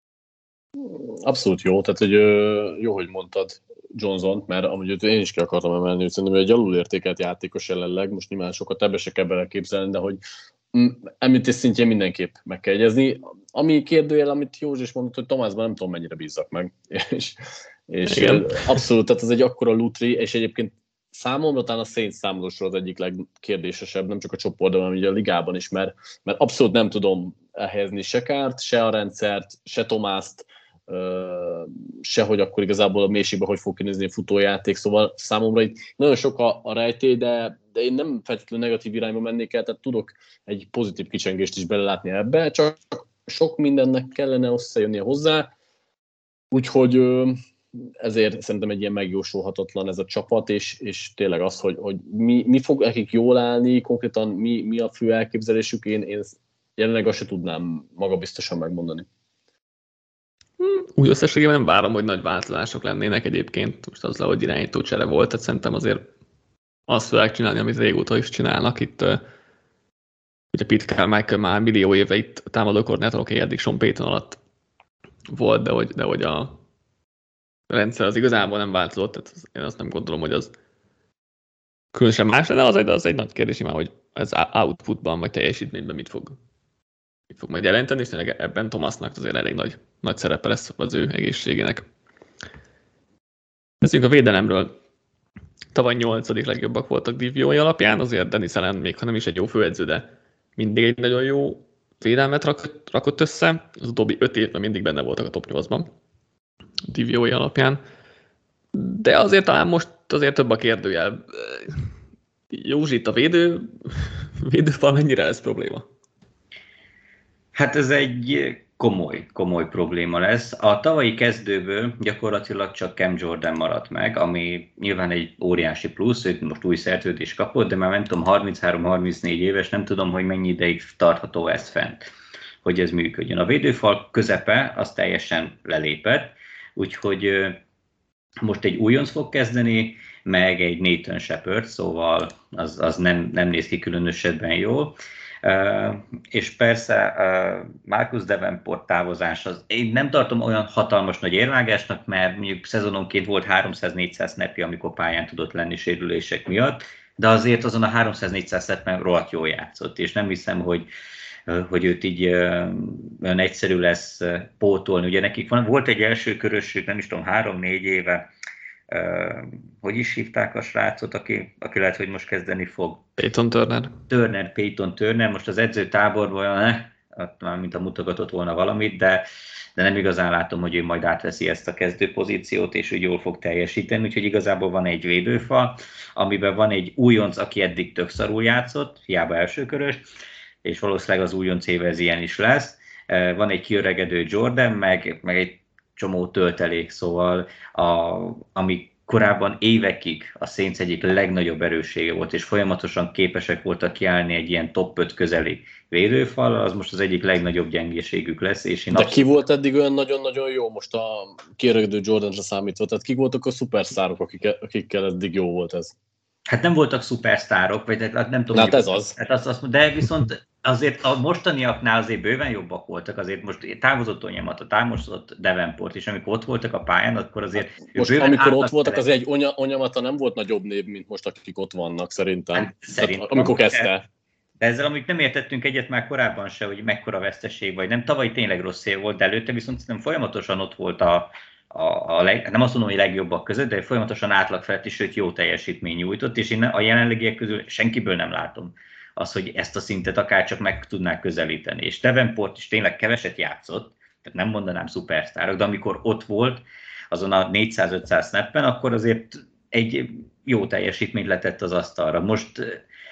Abszolút jó, tehát hogy jó, hogy mondtad Johnson, mert amúgy én is ki akartam emelni, hogy szerintem egy alulértékelt játékos jelenleg, most nyilván sokat ebbe se kell beleképzelni, de hogy említés szintjén mindenképp meg kell egyezni. Ami kérdőjel, amit Józsi is mondott, hogy Tomásban nem tudom, mennyire bízzak meg. és és abszolút, tehát ez egy akkora lutri, és egyébként számomra talán a Saints számolósor az egyik legkérdésesebb, nem csak a csoportban, hanem ugye a ligában is, mert, mert abszolút nem tudom elhelyezni se Kárt, se a rendszert, se Tomászt, se hogy akkor igazából a mélységben hogy fog kinézni a futójáték, szóval számomra itt nagyon sok a, a rejtély, de, de én nem feltétlenül negatív irányba mennék el, tehát tudok egy pozitív kicsengést is belelátni ebbe, csak sok mindennek kellene összejönnie hozzá, úgyhogy ezért szerintem egy ilyen megjósolhatatlan ez a csapat, és, és tényleg az, hogy, hogy mi, mi fog nekik jól állni, konkrétan mi, mi a fő elképzelésük, én, én jelenleg azt se tudnám magabiztosan megmondani. Úgy összességében nem várom, hogy nagy változások lennének egyébként, most azzal, hogy irányító csere volt, tehát szerintem azért azt fogják csinálni, amit régóta is csinálnak. Itt ugye Pete Carmichael már millió éve itt a támadó koordinátor, oké, eddig Sean Payton alatt volt, de hogy, de hogy a rendszer az igazából nem változott, tehát én azt nem gondolom, hogy az különösen más lenne, az egy, az egy nagy kérdés, már, hogy ez outputban vagy teljesítményben mit fog, mit fog majd jelenteni, és tényleg ebben Thomasnak azért elég nagy, nagy szerepe lesz az ő egészségének. Beszéljünk a védelemről. Tavaly nyolcadik legjobbak voltak dé vé o alapján, azért Dennis Allen, még ha nem is egy jó főedző, de mindig egy nagyon jó védelmet rakott, rakott össze. Az utóbbi öt évben mindig benne voltak a top nyolcban dé vé o alapján. De azért talán most azért több a kérdőjel. Józsi, itt a védő, védőfal mennyire lesz probléma? Hát ez egy komoly, komoly probléma lesz. A tavalyi kezdőből gyakorlatilag csak Cam Jordan maradt meg, ami nyilván egy óriási plusz, őt most új szerződést kapott, de már nem tudom, harminchárom-harmincnégy éves, nem tudom, hogy mennyi ideig tartható ez fent, hogy ez működjön. A védőfal közepe az teljesen lelépett, úgyhogy most egy újonc fog kezdeni, meg egy Nathan Shepard, szóval az, az nem, nem néz ki különösebben jól. Uh, és persze uh, Marcus Davenport távozás, az én nem tartom olyan hatalmas nagy érvágásnak, mert mondjuk szezononként volt háromszáz-négyszáz snapja, amikor pályán tudott lenni sérülések miatt, de azért azon a háromszáz-négyszáz snapben rohadt jól játszott, és nem hiszem, hogy, uh, hogy őt így uh, olyan egyszerű lesz uh, pótolni. Ugye nekik van, volt egy első körösük, nem is tudom, három-négy éve, Uh, hogy is hívták a srácot, aki, aki lehet, hogy most kezdeni fog? Peyton Turner. Turner, Peyton Turner, most az edzőtáborban olyan, eh, már mint a mutogatott volna valamit, de, de nem igazán látom, hogy ő majd átveszi ezt a kezdőpozíciót, és úgy jól fog teljesíteni, úgyhogy igazából van egy védőfal, amiben van egy újonc, aki eddig tök szarul játszott, hiába elsőkörös, és valószínűleg az újonc éve ez ilyen is lesz. Uh, van egy kiöregedő Jordan, meg, meg egy csomó töltelék, szóval a, ami korábban évekig a Saints egyik legnagyobb erőssége volt, és folyamatosan képesek voltak kiállni egy ilyen top öt közeli védőfal, az most az egyik legnagyobb gyengéségük lesz. És én De abszolút... ki volt eddig olyan nagyon-nagyon jó, most a kiöregedő Jordanra számítva, tehát kik voltak a szupersztárok, akik, akikkel eddig jó volt ez? Hát nem voltak szupersztárok, vagy nem tudom. Hát ez az. Hát az, az. De viszont azért a mostaniaknál azért bőven jobbak voltak, azért most távozott Onyemata, távozott Davenport, és amikor ott voltak a pályán, akkor azért... Hát most amikor ott voltak, azért egy Onya, Onyemata nem volt nagyobb név, mint most akik ott vannak, szerintem. Hát, szerintem amikor kezdte. De ezzel amúgy nem értettünk egyet már korábban se, hogy mekkora veszteség vagy nem. Tavaly tényleg rossz év volt, de előtte viszont nem folyamatosan ott volt a, a, a leg, nem azt mondom, hogy legjobbak között, de folyamatosan átlag felett is, sőt jó teljesítmény nyújtott, és én a jelenlegiek közül senkiből nem látom az, hogy ezt a szintet akár csak meg tudnák közelíteni. És Davenport is tényleg keveset játszott, tehát nem mondanám szupersztárok, de amikor ott volt azon a négyszáz-ötszáz snappen, akkor azért egy jó teljesítményt letett az asztalra. Most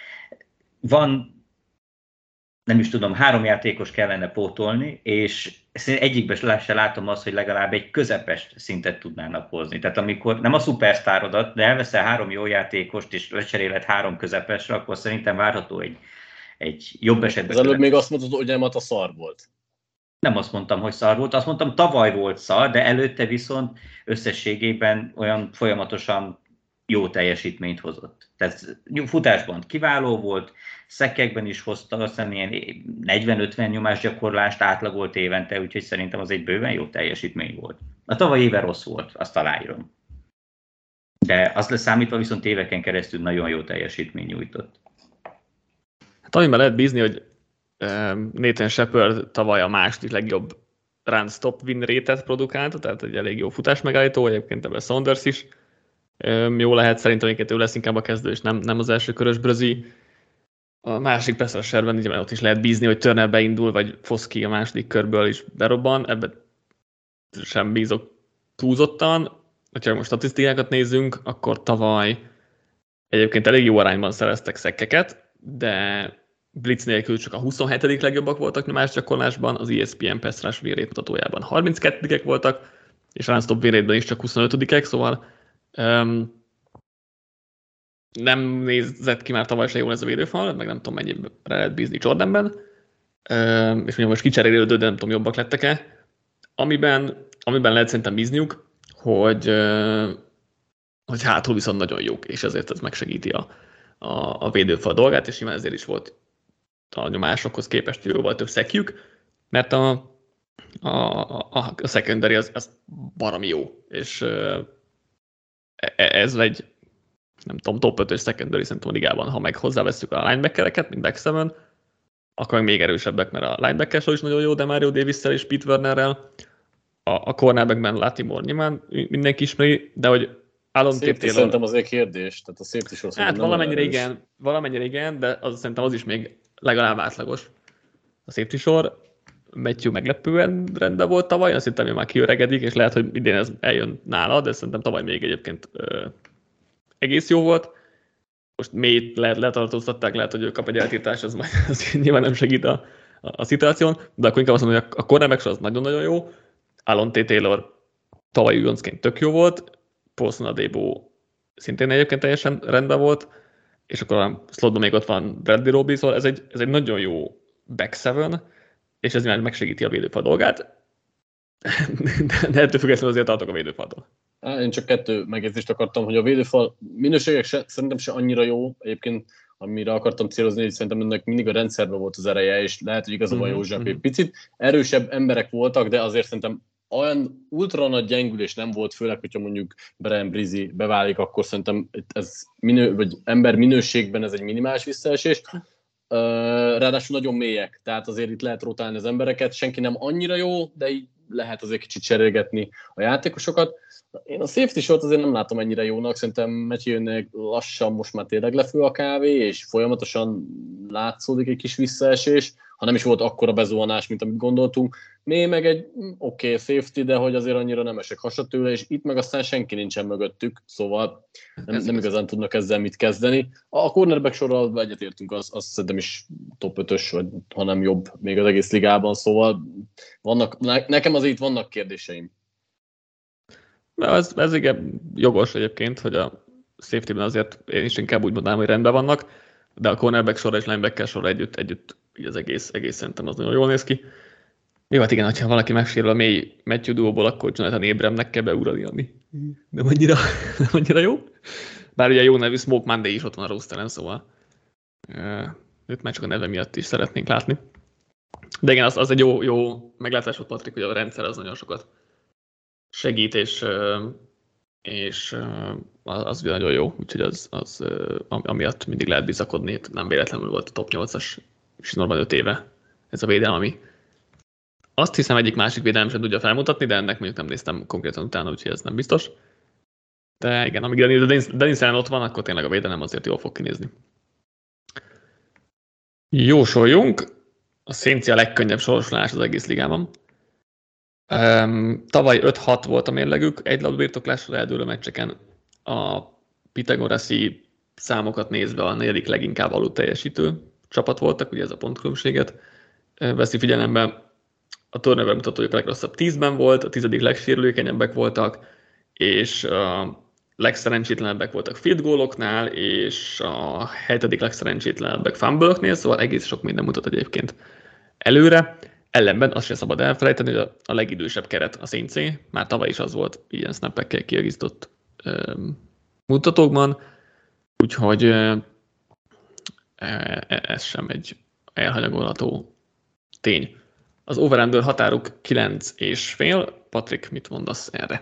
van, nem is tudom, három játékos kellene pótolni, és egyikben se látom azt, hogy legalább egy közepes szintet tudnának hozni. Tehát amikor nem a szupersztárodat, de elveszel három jó játékost, és lecseréled három közepesre, akkor szerintem várható egy, egy jobb esetben. Az előbb még azt mondtad, hogy nem a szar volt. Nem azt mondtam, hogy szar volt, azt mondtam, tavaly volt szar, de előtte viszont összességében olyan folyamatosan jó teljesítményt hozott. Tehát futásban kiváló volt, szekkekben is hozta, aztán ilyen negyven-ötven nyomásgyakorlást átlagolt évente, úgyhogy szerintem az egy bőven jó teljesítmény volt. A tavaly éve rossz volt, azt aláírom. De azt leszámítva viszont éveken keresztül nagyon jó teljesítmény nyújtott. Hát amiben lehet bízni, hogy Nathan Shepard tavaly a második legjobb run stop win rate-et produkálta, tehát egy elég jó futás megállító, egyébként ebben Saunders is jó lehet, szerintem ő lesz inkább a kezdő, és nem, nem az első körös brözi. A másik persze a serben, így ott is lehet bízni, hogy Turner beindul, vagy Foszki a második körből is berobban, ebben sem bízok túlzottan. Ha most statisztikákat nézzünk, akkor tavaly egyébként elég jó arányban szereztek szekkeket, de blitz nélkül csak a huszonhetedik legjobbak voltak nyomásgyakorlásban, az E S P N pass rush win rate mutatójában harminckettődik voltak, és run stop win rate-ben is csak huszonötödikek, szóval um, nem nézett ki már tavaly se jól ez a védőfal, meg nem tudom mennyire lehet bízni Jordanben, um, és mondjam, most kicserélődő, de nem tudom, jobbak lettek-e. Amiben, amiben lehet szerintem bízniuk, hogy, uh, hogy hátul viszont nagyon jók, és ezért ez megsegíti a, a, a védőfal dolgát, és nyilván ezért is volt a nyomásokhoz képest jóval több szekjük, mert a, a, a, a secondary az, az baromi jó, és uh, ez egy nem tudom, top ötös secondary szerintem a ligában, ha meg hozzáveszünk a linebackereket, mint back seven, akkor még erősebbek, mert a linebacker is nagyon jó, de Mario Davis-szel és Pete Wernerrel. A, a cornerbackben Latimore nyilván mindenki ismeri, de hogy Alon Taylor... Szerintem azért kérdés, tehát a safety is hát valamennyire igen, valamennyire igen, de az, szerintem az is még legalább átlagos a safety sor. Matthew meglepően rendben volt tavaly, azt hittem, hogy már kiöregedik, és lehet, hogy idén ez eljön nála, de szerintem tavaly még egyébként ö, egész jó volt. Most mélyt lehet letartóztatták, lehet, hogy ő kap egy eltiltást, az majd az nyilván nem segít a, a, a szituáción, de akkor inkább azt mondom, hogy a, a cornerback az nagyon-nagyon jó. Alonte Taylor tavaly újoncként tök jó volt, Paulson Adebo szintén egyébként teljesen rendben volt, és akkor a slotban még ott van Bradley Roby, szóval ez egy, ez egy nagyon jó back seven, és ez már megsegíti a védőfal dolgát, de, de ettől függetlenül azért tartok a védőfaltól. Én csak kettő megjegyzést akartam, hogy a védőfal minőségek se, szerintem se annyira jó, egyébként amire akartam célozni, hogy szerintem ennek mindig a rendszerben volt az ereje, és lehet, hogy igazából mm-hmm. József egy picit erősebb emberek voltak, de azért szerintem olyan ultra nagy gyengülés nem volt, főleg, hogyha mondjuk Brian Brizzi beválik, akkor szerintem ez minő, vagy ember minőségben ez egy minimális visszaesés. Ráadásul nagyon mélyek, tehát azért itt lehet rotálni az embereket, senki nem annyira jó, de így lehet azért kicsit cserélgetni a játékosokat. Én a safety short azért nem látom ennyire jónak, szerintem Matthewnek lassan most már tényleg lefő a kávé, és folyamatosan látszódik egy kis visszaesés, ha nem is volt akkora bezuhanás, mint amit gondoltunk. Mély meg egy oké okay, safety, de hogy azért annyira nem esek hasad tőle, és itt meg aztán senki nincsen mögöttük, szóval nem, nem igazán tudnak ezzel mit kezdeni. A cornerback sorral egyetértünk, az, az szerintem is top ötös, vagy ha nem jobb még az egész ligában, szóval vannak, nekem azért itt vannak kérdéseim. Ez, ez igen jogos egyébként, hogy a safety-ben azért én is inkább úgy mondanám, hogy rendben vannak, de a cornerback sorra és linebacker sorra együtt, együtt így az egész, egész szerintem az nagyon jól néz ki. Jó, hát igen, hogyha valaki megsérül a mély Matthew duóból, akkor Jonathan Abramnek kell beuralni, ami nem annyira, nem annyira jó. Bár ugye jó nevű Smoke Monday is ott van a rosteren, szóval uh, őt már csak a neve miatt is szeretnénk látni. De igen, az, az egy jó, jó meglátás volt, Patrik, hogy a rendszer az nagyon sokat segít, és, és az nagyon jó, úgyhogy az, az amiatt mindig lehet bizakodni, nem véletlenül volt a top nyolcas sinorban öt éve ez a védelem, ami azt hiszem egyik másik védelem sem tudja felmutatni, de ennek mondjuk nem néztem konkrétan utána, úgyhogy ez nem biztos. De igen, amíg Dennis Allen ott van, akkor tényleg a védelem azért jól fog kinézni. Jósoljunk, a Saints a legkönnyebb sorsolás az egész ligában. Um, tavaly öt hat volt a mérlegük, egy labdabirtoklásra eldőlő meccseken. A Pythagoraszi számokat nézve a negyedik leginkább alul teljesítő csapat voltak, ugye ez a pontkülönbséget veszi figyelembe. A turnover mutatójuk a legrosszabb tízben volt, a tizedik legsérülékenyebbek voltak, és a legszerencsétlenebbek voltak field goaloknál, és a hetedik legszerencsétlenebbek fumble-öknél, szóval egész sok minden mutat egyébként előre. Ellenben azt sem szabad elfelejteni, hogy a legidősebb keret a Saints-é, már tavaly is az volt ilyen snappekkel kiegészított um, mutatókban, úgyhogy uh, ez sem egy elhanyagolható tény. Az over-under határuk kilenc és fél. Patrik, mit mondasz erre?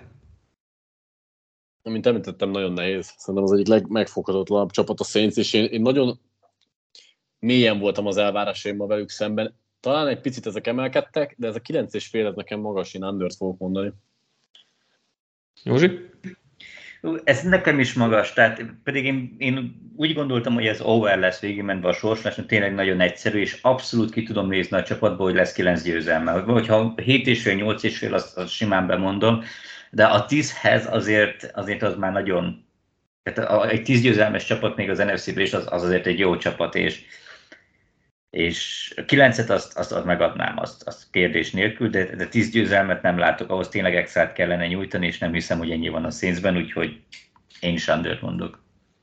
Mint említettem, nagyon nehéz. Szerintem az egyik legmegfoghatatlanabb csapat a Saints, és én, én nagyon mélyen voltam az elvárásaimmal velük szemben. Talán egy picit ezek emelkedtek, de ez a kilenc és fél, ez nekem magas, én undert fogok mondani. Józsi? Ez nekem is magas, tehát pedig én, én úgy gondoltam, hogy ez over lesz végigmentve a sorsolás, tényleg nagyon egyszerű, és abszolút ki tudom nézni a csapatból, hogy lesz kilenc győzelme. Hogyha hét és fél, nyolc és fél, azt, azt simán bemondom, de a tízhez azért, azért az már nagyon, tehát egy tíz győzelmes csapat még az en ef cé-ben is az, az azért egy jó csapat, és és a kilencet azt, azt, azt megadnám, azt, azt kérdés nélkül, de, de tíz győzelmet nem látok, ahhoz tényleg extrát kellene nyújtani, és nem hiszem, hogy ennyi van a Saintsben, úgyhogy én is undert mondok.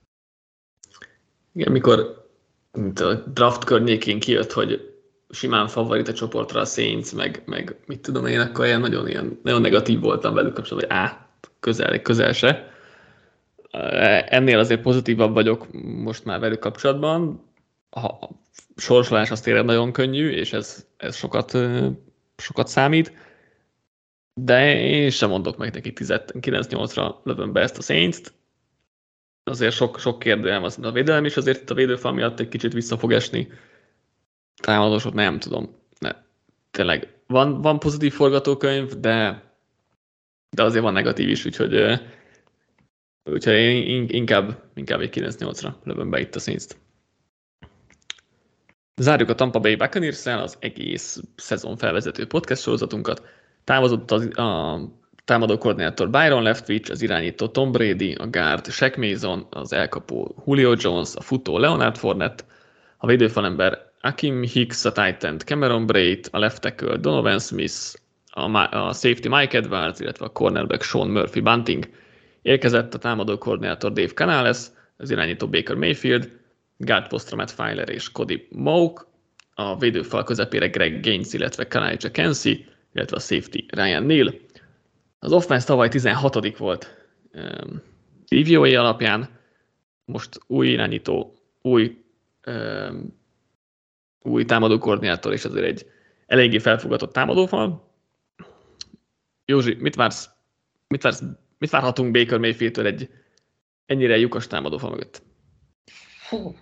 Igen, mikor mint a draft környékén kijött, hogy simán favorit a csoportra a Saints, meg, meg mit tudom én, akkor ilyen nagyon, ilyen, nagyon negatív voltam velük kapcsolatban, hogy á, közel, közel se. Ennél azért pozitívabb vagyok most már velük kapcsolatban. A sorsolás az tényleg nagyon könnyű, és ez, ez sokat, sokat számít, de én sem mondok meg neki kilenc nyolcra lövöm be ezt a Saints-t. Azért sok, sok kérdőjelem az a védelem is, azért itt a védőfal miatt egy kicsit vissza fog esni. Támadósok nem tudom. Ne. Tényleg van, van pozitív forgatókönyv, de, de azért van negatív is, úgyhogy, úgyhogy én inkább, inkább egy kilenc nyolcra lövöm be itt a Saints-t. Zárjuk a Tampa Bay Buccaneers-szel az egész szezon felvezető podcast sorozatunkat. Távozott az, a támadó koordinátor Byron Leftwich, az irányító Tom Brady, a guard Shaq Mason, az elkapó Julio Jones, a futó Leonard Fournette, a védőfalember Akiem Hicks, a tight end Cameron Brate, a left tackle Donovan Smith, a, a safety Mike Edwards, illetve a cornerback Sean Murphy Bunting. Érkezett a támadó koordinátor Dave Canales, az irányító Baker Mayfield, guard posztra Matt Filer és Cody Mauch, a védőfal közepére Greg Gaines, illetve Kanai Kensi, illetve a safety Ryan Neal. Az offense tavaly tizenhatodik volt um, té vé o á alapján, most új irányító, új, um, új támadó koordinátor, és azért egy eléggé felfogatott támadófal. Józsi, mit vársz, mit vársz, mit várhatunk Baker Mayfieldtől egy ennyire lyukas támadófal mögött? Hú.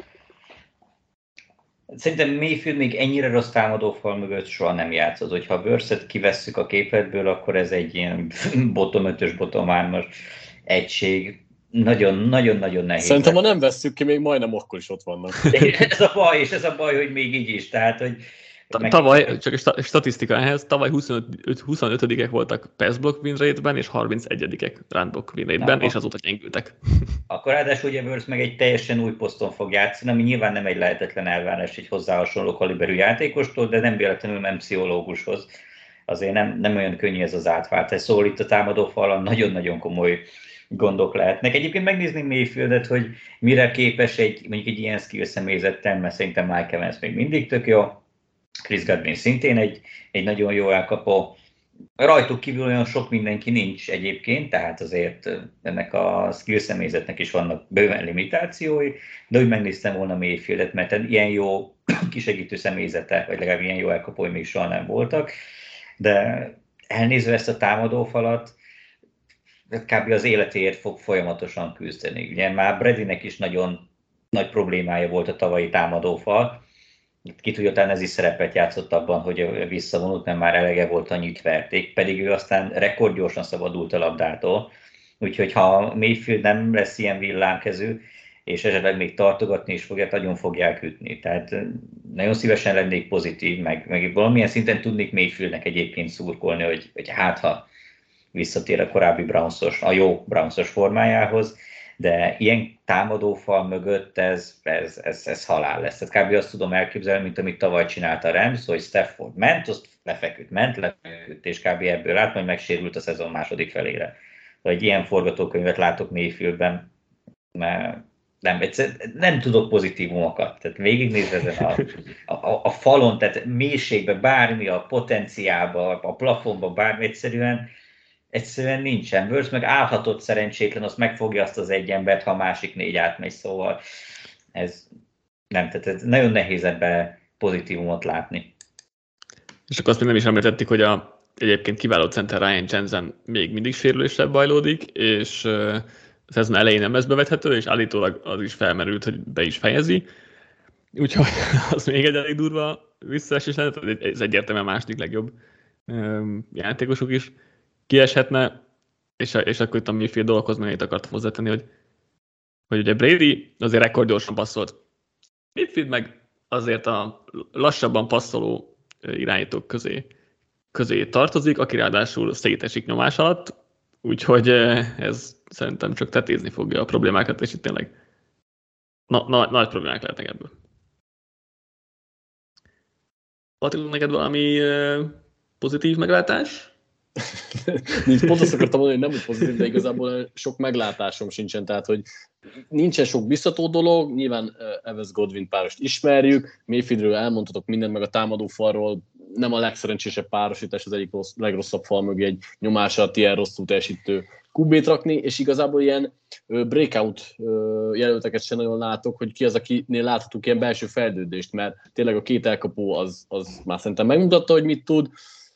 Szerintem Mayfield még ennyire rossz támadófal mögött soha nem játszott. Hogyha a Burst-et kivesszük a képletből, akkor ez egy ilyen bottom ötös, bottom hármas egység. Nagyon-nagyon-nagyon nehéz. Szerintem, ha nem vesszük ki, még majdnem akkor is ott vannak. Ez a baj, és ez a baj, hogy még így is. Tehát, hogy meg... Tavaly, csak a statisztika ehhez, tavaly huszonöt, huszonötödikek voltak pass block win rate-ben, és harmincegyedikek run block win rate-ben, és azóta gyengültek. Akkor ráadásul ugye Burst meg egy teljesen új poszton fog játszani, ami nyilván nem egy lehetetlen elvárás egy hozzá hasonló kaliberű játékostól, de nem véletlenül nem pszichológushoz. Azért nem, nem olyan könnyű ez az átváltás. Szóval itt a támadófalon nagyon-nagyon komoly gondok lehetnek. Egyébként megnézni Mayfieldet, hogy mire képes egy, mondjuk egy ilyen skill személyzettel, mert szerintem Mike Evans még mindig tök jó, Chris Godwin szintén egy, egy nagyon jó elkapó. Rajtuk kívül olyan sok mindenki nincs egyébként, tehát azért ennek a skill személyzetnek is vannak bőven limitációi, de úgy megnéztem volna Mayfieldet, mert ilyen jó kisegítő személyzete, vagy legalább ilyen jó elkapói még soha nem voltak, de elnézve ezt a támadófalat, kb. Az életéért fog folyamatosan küzdeni. Ugye már Bradynek is nagyon nagy problémája volt a tavalyi támadófal. Ki tudja, talán ez is szerepet játszott abban, hogy visszavonult, mert már elege volt, annyit verték, pedig ő aztán rekordgyorsan szabadult a labdától. Úgyhogy ha Mayfield nem lesz ilyen villámkezű, és esetleg még tartogatni is fogja, nagyon fogják ütni. Tehát nagyon szívesen lennék pozitív, meg, meg valamilyen szinten tudnék Mayfieldnek egyébként szurkolni, hogy, hogy hát ha visszatér a korábbi Brownsos, a jó Brownsos formájához, de ilyen támadófal mögött ez, ez, ez, ez halál lesz. Tehát kb. Azt tudom elképzelni, mint amit tavaly csinált a Rams, hogy Stafford ment, azt lefeküdt, ment, lefeküdt, és kb. Ebből át, majd megsérült a szezon második felére. De egy ilyen forgatókönyvet látok Mayfieldben, mert nem, nem tudok pozitívumokat. Tehát végignézve ezen a, a, a falon, tehát mélységbe, bármi, a potenciálba, a plafonba, bármi, egyszerűen Egyszerűen nincsen. Burst meg állhatott szerencsétlen, azt megfogja azt az egy embert, ha a másik négy átmegy, szóval ez nem, tehát ez nagyon nehéz ebben pozitívumot látni. És akkor azt még nem is említettük, hogy a egyébként kiváló center Ryan Jensen még mindig sérülésre bajlódik, és a szezon elején nem lesz bevethető, és állítólag az is felmerült, hogy be is fejezi. Úgyhogy az még egy elég durva visszaesés lenne, ez egyértelműen a második legjobb játékosok is kieshetne, és, és akkor itt a Mayfield dolgokhoz meg itt akartam hozzátenni, hogy, hogy ugye Brady azért rekordgyorsan passzolt. Mayfield meg azért a lassabban passzoló irányítók közé, közé tartozik, aki ráadásul szétesik nyomás alatt, úgyhogy ez szerintem csak tetézni fogja a problémákat, és itt tényleg na, na, nagy problémák lehetnek ebből. Attila, neked valami pozitív meglátás? Nincs, pont azt akartam mondani, hogy nem úgy pozitív, de igazából sok meglátásom sincsen, tehát hogy nincsen sok biztató dolog, nyilván Evans Godwin párost ismerjük, Mayfieldről elmondhatok mindent, meg a támadófalról nem a legszerencsésebb párosítás, az egyik rossz, legrosszabb fal mögé egy nyomás alatt ilyen rosszul teljesítő kubét rakni, és igazából ilyen breakout jelölteket sem nagyon látok, hogy ki az, akinél láthatunk ilyen belső fejlődést, mert tényleg a két elkapó az, az már szerintem megmutatta, hogy mit tud,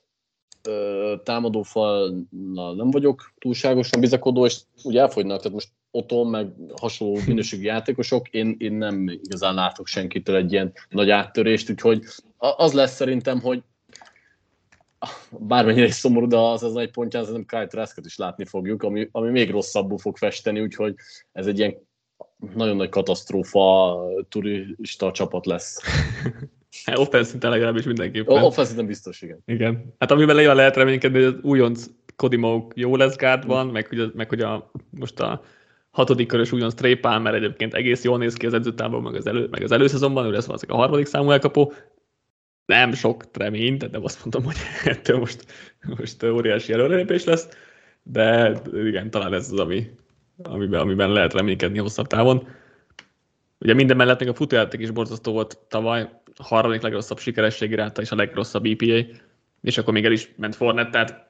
támadófalnal nem vagyok túlságosan bizakodó, és úgy elfogynak, tehát most Otton, meg hasonló minőségű játékosok, én, én nem igazán látok senkitől egy ilyen nagy áttörést, úgyhogy az lesz szerintem, hogy bármennyire is szomorú, de az az egy pontján szerintem Kyle Traskot is látni fogjuk, ami, ami még rosszabbul fog festeni, úgyhogy ez egy ilyen nagyon nagy katasztrófa turista csapat lesz. Offenszinten legalábbis mindenképpen. Offenszinten biztos, igen. Igen. Hát amiben legalább lehet reménykedni, hogy az újonc Cody Mauk jó lesz gárdban, meg hogy, meg hogy a, most a hatodik körös újonc Trey Palmer egyébként egész jól néz ki az edzőtáborban, meg az, elő, meg az előszezonban, ő lesz valószínűleg a harmadik számú elkapó. Nem sok remény, de nem azt mondom, hogy ettől most, most óriási előrelépés lesz, de igen, talán ez az, ami, amiben, amiben lehet reménykedni hosszabb távon. Ugye minden mellett még a futójáték is borzasztó volt tavaly, a harmadik legrosszabb sikerességi ráta és a legrosszabb E P A, és akkor még el is ment Fournette, tehát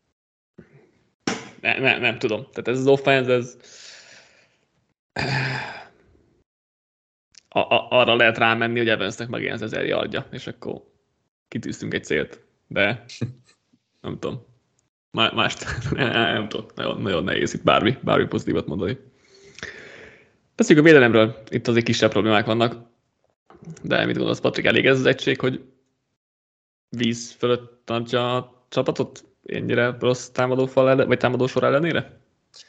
ne, ne, nem tudom. Tehát ez az offense, ez a, a, arra lehet rámenni, hogy Evansnek megjelent ezer yardja, és akkor kitűztünk egy célt, de nem tudom. Mást nem, nem tudom, nagyon, nagyon nehéz itt bármi, bármi pozitívat mondani. Beszéljük a védelemről, itt azért kisebb problémák vannak, de mit gondolsz, Patrik, elég ez az egység, hogy víz fölött tartja a csapatot ennyire rossz támadófal ellen, vagy támadósor ellenére?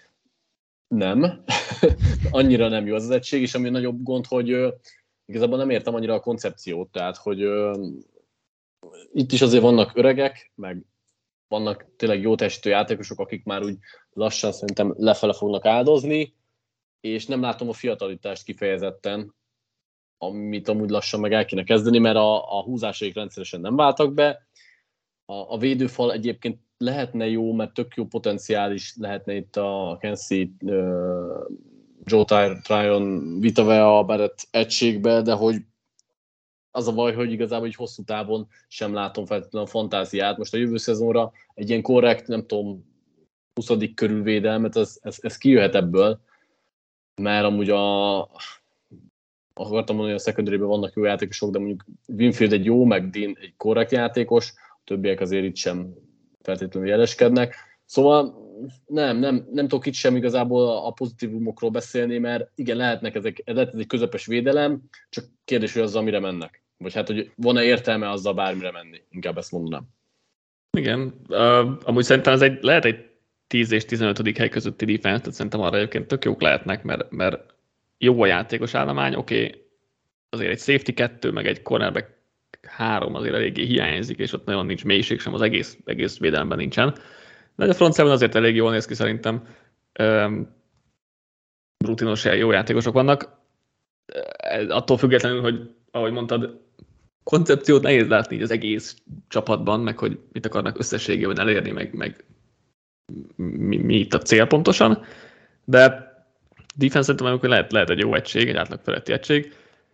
Nem. Annyira nem jó az az egység, és ami a nagyobb gond, hogy uh, igazából nem értem annyira a koncepciót, tehát hogy uh, itt is azért vannak öregek, meg vannak tényleg jó testű játékosok, akik már úgy lassan szerintem lefele fognak áldozni, és nem látom a fiatalitást kifejezetten, amit amúgy lassan meg el kéne kezdeni, mert a, a húzásaik rendszeresen nem váltak be. A, a védőfal egyébként lehetne jó, mert tök jó potenciális lehetne itt a Kensi, uh, Joe Tryon, Vita Vea Barrett egységbe, de hogy az a baj, hogy igazából így hosszú távon sem látom feltétlenül a fantáziát. Most a jövő szezonra egy ilyen korrekt, nem tudom, huszadik körülvédelmet, ez, ez, ez kijöhet ebből, mert amúgy a akartam mondani, hogy a secondary-ben vannak jó játékosok, de mondjuk Winfield egy jó, meg Dean egy korrekt játékos, a többiek azért itt sem feltétlenül jeleskednek. Szóval nem, nem, nem tudok itt sem igazából a pozitívumokról beszélni, mert igen, lehetnek ezek, lehet ez egy közepes védelem, csak kérdés, hogy azzal mire mennek. Vagy hát, hogy van-e értelme azzal bármire menni, inkább ezt mondanám. Igen, uh, amúgy szerintem ez egy, lehet egy tíz és tizenötödik hely közötti defense, tehát szerintem arra egyébként tök jók lehetnek, mert, mert jó a játékos állomány, oké, okay, azért egy safety kettő, meg egy cornerback három azért eléggé hiányzik, és ott nagyon nincs mélység sem, az egész, egész védelemben nincsen. De a front seven azért elég jól néz ki szerintem. Um, rutinos, jó játékosok vannak. Attól függetlenül, hogy ahogy mondtad, koncepciót nehéz látni így az egész csapatban, meg hogy mit akarnak összességében elérni, meg, meg mi, mi itt a cél pontosan. De defense szerintem, amikor lehet, lehet egy jó egység, egy átlag feletti egység.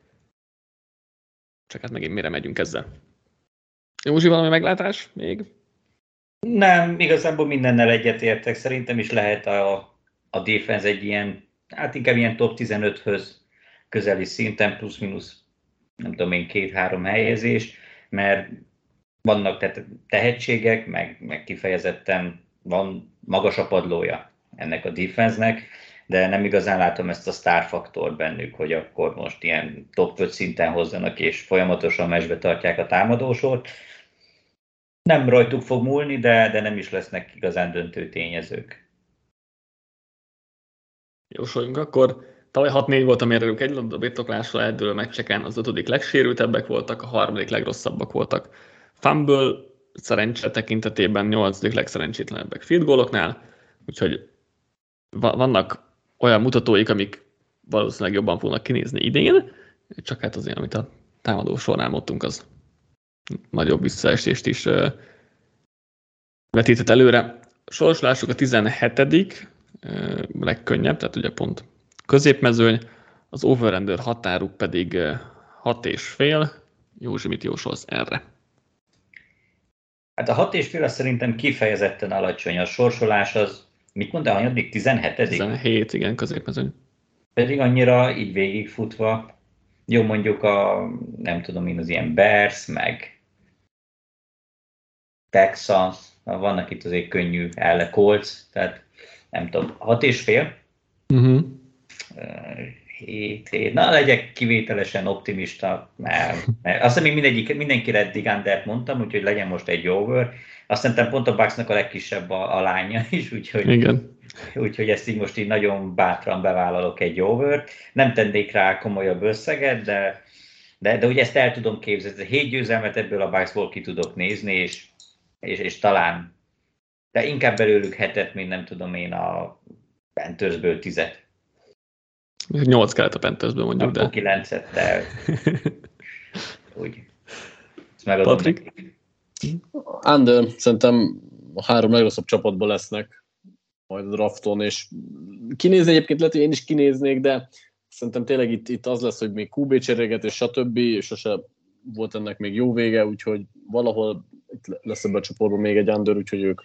Csak hát megint mire megyünk ezzel. Józsi, valami meglátás még? Nem, igazából mindennel egyetértek. Szerintem is lehet a, a defense egy ilyen, hát inkább ilyen top tizenöthöz közeli szinten, plusz-minusz, nem tudom én, két-három helyezés, mert vannak tehát tehetségek, meg, meg kifejezetten van magas a padlója ennek a defense-nek, de nem igazán látom ezt a sztárfaktort bennük, hogy akkor most ilyen top öt szinten hozzanak, és folyamatosan meccsbe tartják a támadósort. Nem rajtuk fog múlni, de, de nem is lesznek igazán döntő tényezők. Jósoljunk akkor. Tavaly hat négy volt a mérők, egy labda birtoklásra eldőlő meccseken, az ötödik legsérültebbek voltak, a harmadik legrosszabbak voltak. Fumble szerencse tekintetében nyolcadik legszerencsétlenebbek field goaloknál, úgyhogy vannak olyan mutatóik, amik valószínűleg jobban fognak kinézni idén, csak hát azért, amit a támadó során mondtunk, az nagyobb visszaesést is uh, vetített előre. Sorsolásuk a tizenhetedik uh, legkönnyebb, tehát ugye pont középmezőny, az over-under határuk pedig uh, hat és fél. Józsi, mit jósolsz erre? Hát a hat és fél az szerintem kifejezetten alacsony. A sorsolás az, mit mondta, hanyadik? tizenhetedik? tizenhét, igen, középmezőny. Pedig annyira így végigfutva. Jó, mondjuk a, nem tudom én, az ilyen Bears, meg Texas, vannak itt azért könnyű elle Colts, tehát nem tudom, hat és fél? Uh-huh. hét, hét. Na, legyek kivételesen optimista, mert, mert azt hiszem, még mindegyik, mindenkire eddig undert mondtam, úgyhogy legyen most egy over. Azt szerintem pont a Bucksnak a legkisebb a, a lánya is, úgyhogy igen. úgyhogy ezt így most így nagyon bátran bevállalok egy overt. Nem tennék rá komolyabb összeget, de, de, de ugye ezt el tudom képzelni. Hét győzelmet ebből a Bucksból ki tudok nézni, és, és, és talán, de inkább belőlük hetet, mint nem tudom én a Panthersből tizet. Nyolc kellett a Panthersből mondjuk, Akkor de... kilencet, de úgy. Ezt megadom Patrik? nekik. Under, szerintem a három legrosszabb csapatban lesznek majd a drafton, és kinézni egyébként lehet, hogy én is kinéznék, de szerintem tényleg itt, itt az lesz, hogy még kú bé cseréget, és stb. És sose volt ennek még jó vége, úgyhogy valahol itt lesz ebben a csoportban még egy Under, úgyhogy ők.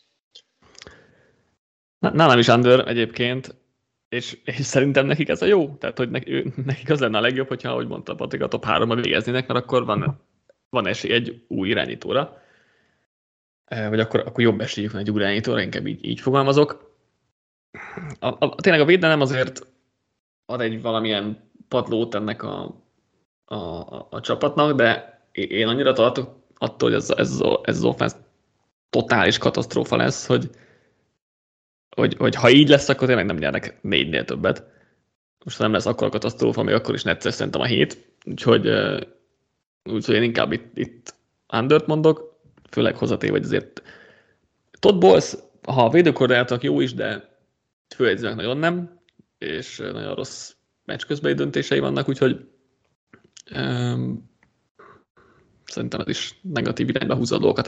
Nálam is Under egyébként, és, és szerintem nekik ez a jó. Tehát, hogy nekik az lenne a legjobb, hogyha, ahogy mondta Patrik, a top háromba végeznének, mert akkor van, van esély egy új irányítóra. Vagy akkor, akkor jobb esélyük van egy új irányítóra, inkább így, így fogalmazok. A, a, tényleg a védelem azért ad egy valamilyen padlót ennek a, a, a, a csapatnak, de én annyira tartok attól, hogy ez, ez, ez az offense totális katasztrófa lesz, hogy, hogy, hogy ha így lesz, akkor tényleg nem nyernek négynél többet. Most nem lesz akkor a katasztrófa, még akkor is necces szerintem a hét. Úgyhogy, úgyhogy én inkább itt, itt Undert mondok, főleg hozzaté, vagy azért Todd Bowles, ha a védőkoordinátornak jó is, de főedzőnek nagyon nem, és nagyon rossz meccs közbeli döntései vannak, úgyhogy um, szerintem ez is negatív irányba húzza a dolgokat.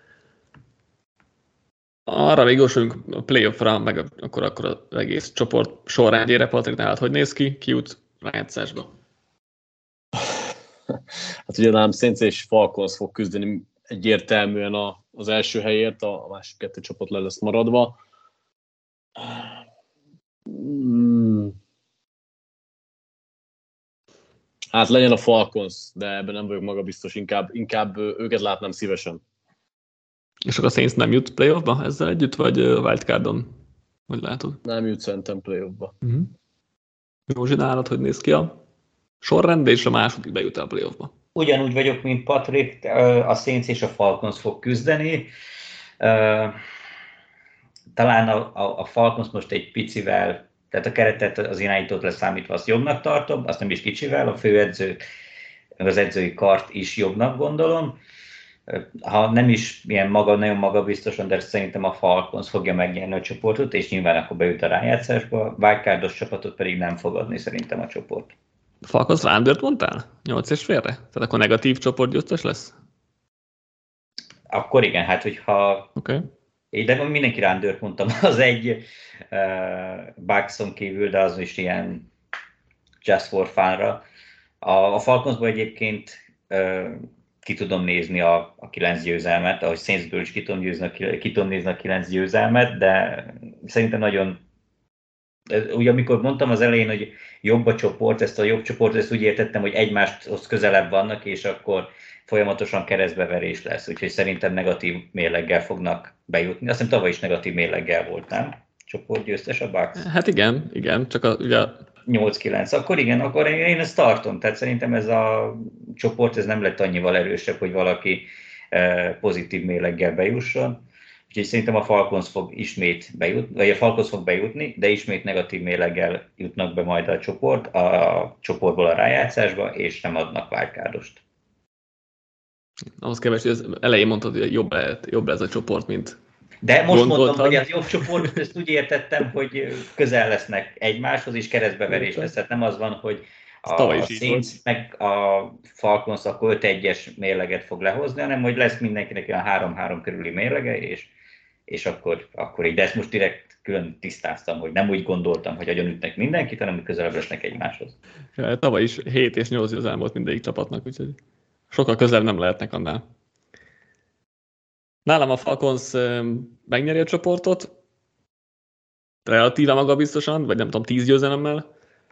Arra még jósoljunk a playoffra, meg akkor, akkor az egész csoport sorrendjére. Patrik, nálad hogy néz ki? Ki jut rájátszásba? Hát ugye nálam Saints és Falcons fog küzdeni egyértelműen a, az első helyért, a másik kettő csapat le lesz maradva. Hmm. Hát legyen a Falcons, de ebben nem vagyok magabiztos, inkább, inkább őket látnám szívesen. És akkor a Saints nem jut playoffba ezzel együtt, vagy wildcardon? Hogy látod? Nem jut szerintem playoffba. Uh-huh. Józsi, nálad hogy néz ki a sorrend, és a második bejut a playoffba? Ugyanúgy vagyok, mint Patrik, a Saints és a Falcons fog küzdeni. Talán a, a, a Falcons most egy picivel, tehát a keretet az irányítót leszámítva azt jobbnak tartom, azt nem is kicsivel, a főedzőt, meg az edzői kart is jobbnak gondolom. Ha nem is ilyen maga, nagyon magabiztosan, de szerintem a Falcons fogja megnyerni a csoportot, és nyilván akkor bejut a rájátszásba. Wildcardos csapatot pedig nem fog adni szerintem a csoport. A Falcons Undert mondtál? nyolc és félre? Tehát akkor negatív csoportgyőztes lesz? Akkor igen, hát hogyha... Okay. De mindenki Undert mondtam, az egy uh, Buckson kívül, de az is ilyen just for funra. A, a Falconsból egyébként uh, ki tudom nézni a, a kilenc győzelmet, ahogy Saintsből is ki tudom, győzni, ki tudom nézni a kilenc győzelmet, de szerintem nagyon... Ugye amikor mondtam az elején, hogy jobb a csoport, ezt a jobb csoport, ezt úgy értettem, hogy egymáshoz közelebb vannak, és akkor folyamatosan keresztbeverés lesz, úgyhogy szerintem negatív mérleggel fognak bejutni. Azt hiszem tavaly is negatív mérleggel volt, nem? Csoportgyőztes a Bucks? Hát igen, igen, csak a, ugye... nyolc kilenc, akkor igen, akkor én ezt tartom, tehát szerintem ez a csoport ez nem lett annyival erősebb, hogy valaki pozitív mérleggel bejusson. Úgyhogy szerintem a Falcons fog ismét bejutni, vagy a Falcons fog bejutni, de ismét negatív mérleggel jutnak be majd a csoport, a csoportból a rájátszásba, és nem adnak wildcardost. Ahhoz képest, hogy az elején mondtad, hogy jobb, lehet, jobb ez a csoport, mint de most gondoltad. Mondom, hogy az jobb csoport, ezt úgy értettem, hogy közel lesznek egymáshoz, és keresztbeverés lesz. Tehát nem az van, hogy a Saints meg a Falcons akkor öt egyes mérleget fog lehozni, hanem hogy lesz mindenkinek olyan három-három körüli mérlege, és, és akkor, akkor így. De ezt most direkt külön tisztáztam, hogy nem úgy gondoltam, hogy agyonütnek mindenkit, hanem hogy közelebb lesznek egymáshoz. Ja, tavaly is hét és nyolc győzelem volt mindegyik csapatnak, úgyhogy sokkal közelebb nem lehetnek annál. Nálam a Falcons megnyeri a csoportot, relatíve magabiztosan, vagy nem tudom, tíz győzelemmel.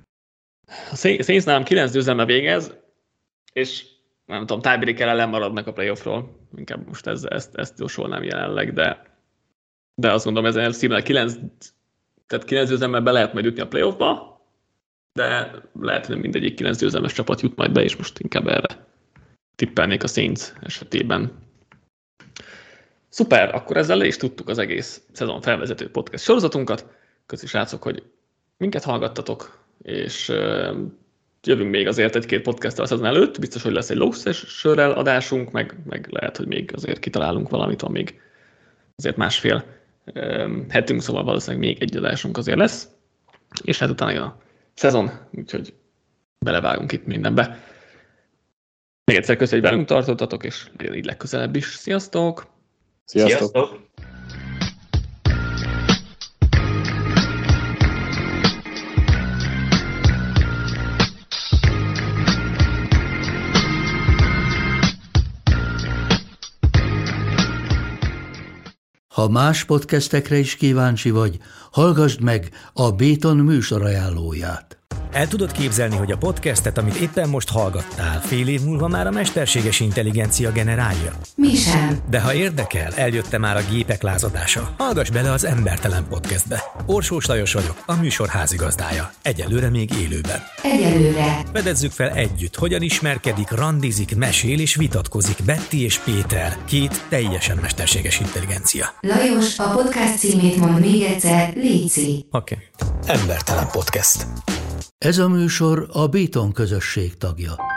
A Saints nálam kilenc győzelemmel végez, és nem tudom, tiebreaker ellen maradnak a playoffról. Inkább most ezt, ezt, ezt jósolnám jelenleg, de, de azt gondolom, ezen szívvel kilenc, tehát kilenc győzelemmel be lehet majd jutni a playoffba, de lehet, hogy mindegyik kilenc győzelmes csapat jut majd be, és most inkább erre tippelnék a Saints esetében. Szuper, akkor ezzel le is tudtuk az egész szezon felvezető podcast sorozatunkat. Köszi srácok, hogy minket hallgattatok, és jövünk még azért egy-két podcasttal azon előtt, biztos, hogy lesz egy lószörrel adásunk, meg, meg lehet, hogy még azért kitalálunk valamit, van még azért másfél hetünk, szóval valószínűleg még egy adásunk azért lesz, és hát utána jön a szezon, úgyhogy belevágunk itt mindenbe. Még egyszer köszönjük, hogy velünk tartottatok, és így legközelebb is. Sziasztok! Sziasztok! Sziasztok! Ha más podcastekre is kíváncsi vagy, hallgassd meg a Béton műsor ajánlóját. El tudod képzelni, hogy a podcastet, amit éppen most hallgattál, fél év múlva már a mesterséges intelligencia generálja? Mi sem. De ha érdekel, eljött már a gépek lázadása. Hallgass bele az Embertelen Podcastbe. Orsós Lajos vagyok, a műsor házigazdája. Egyelőre még élőben. Egyelőre. Fedezzük fel együtt, hogyan ismerkedik, randizik, mesél és vitatkozik Betty és Péter, két teljesen mesterséges intelligencia. Lajos, a podcast címét mond még egyszer, léci. Oké. Okay. Embertelen Podcast. Ez a műsor a Béton közösség tagja.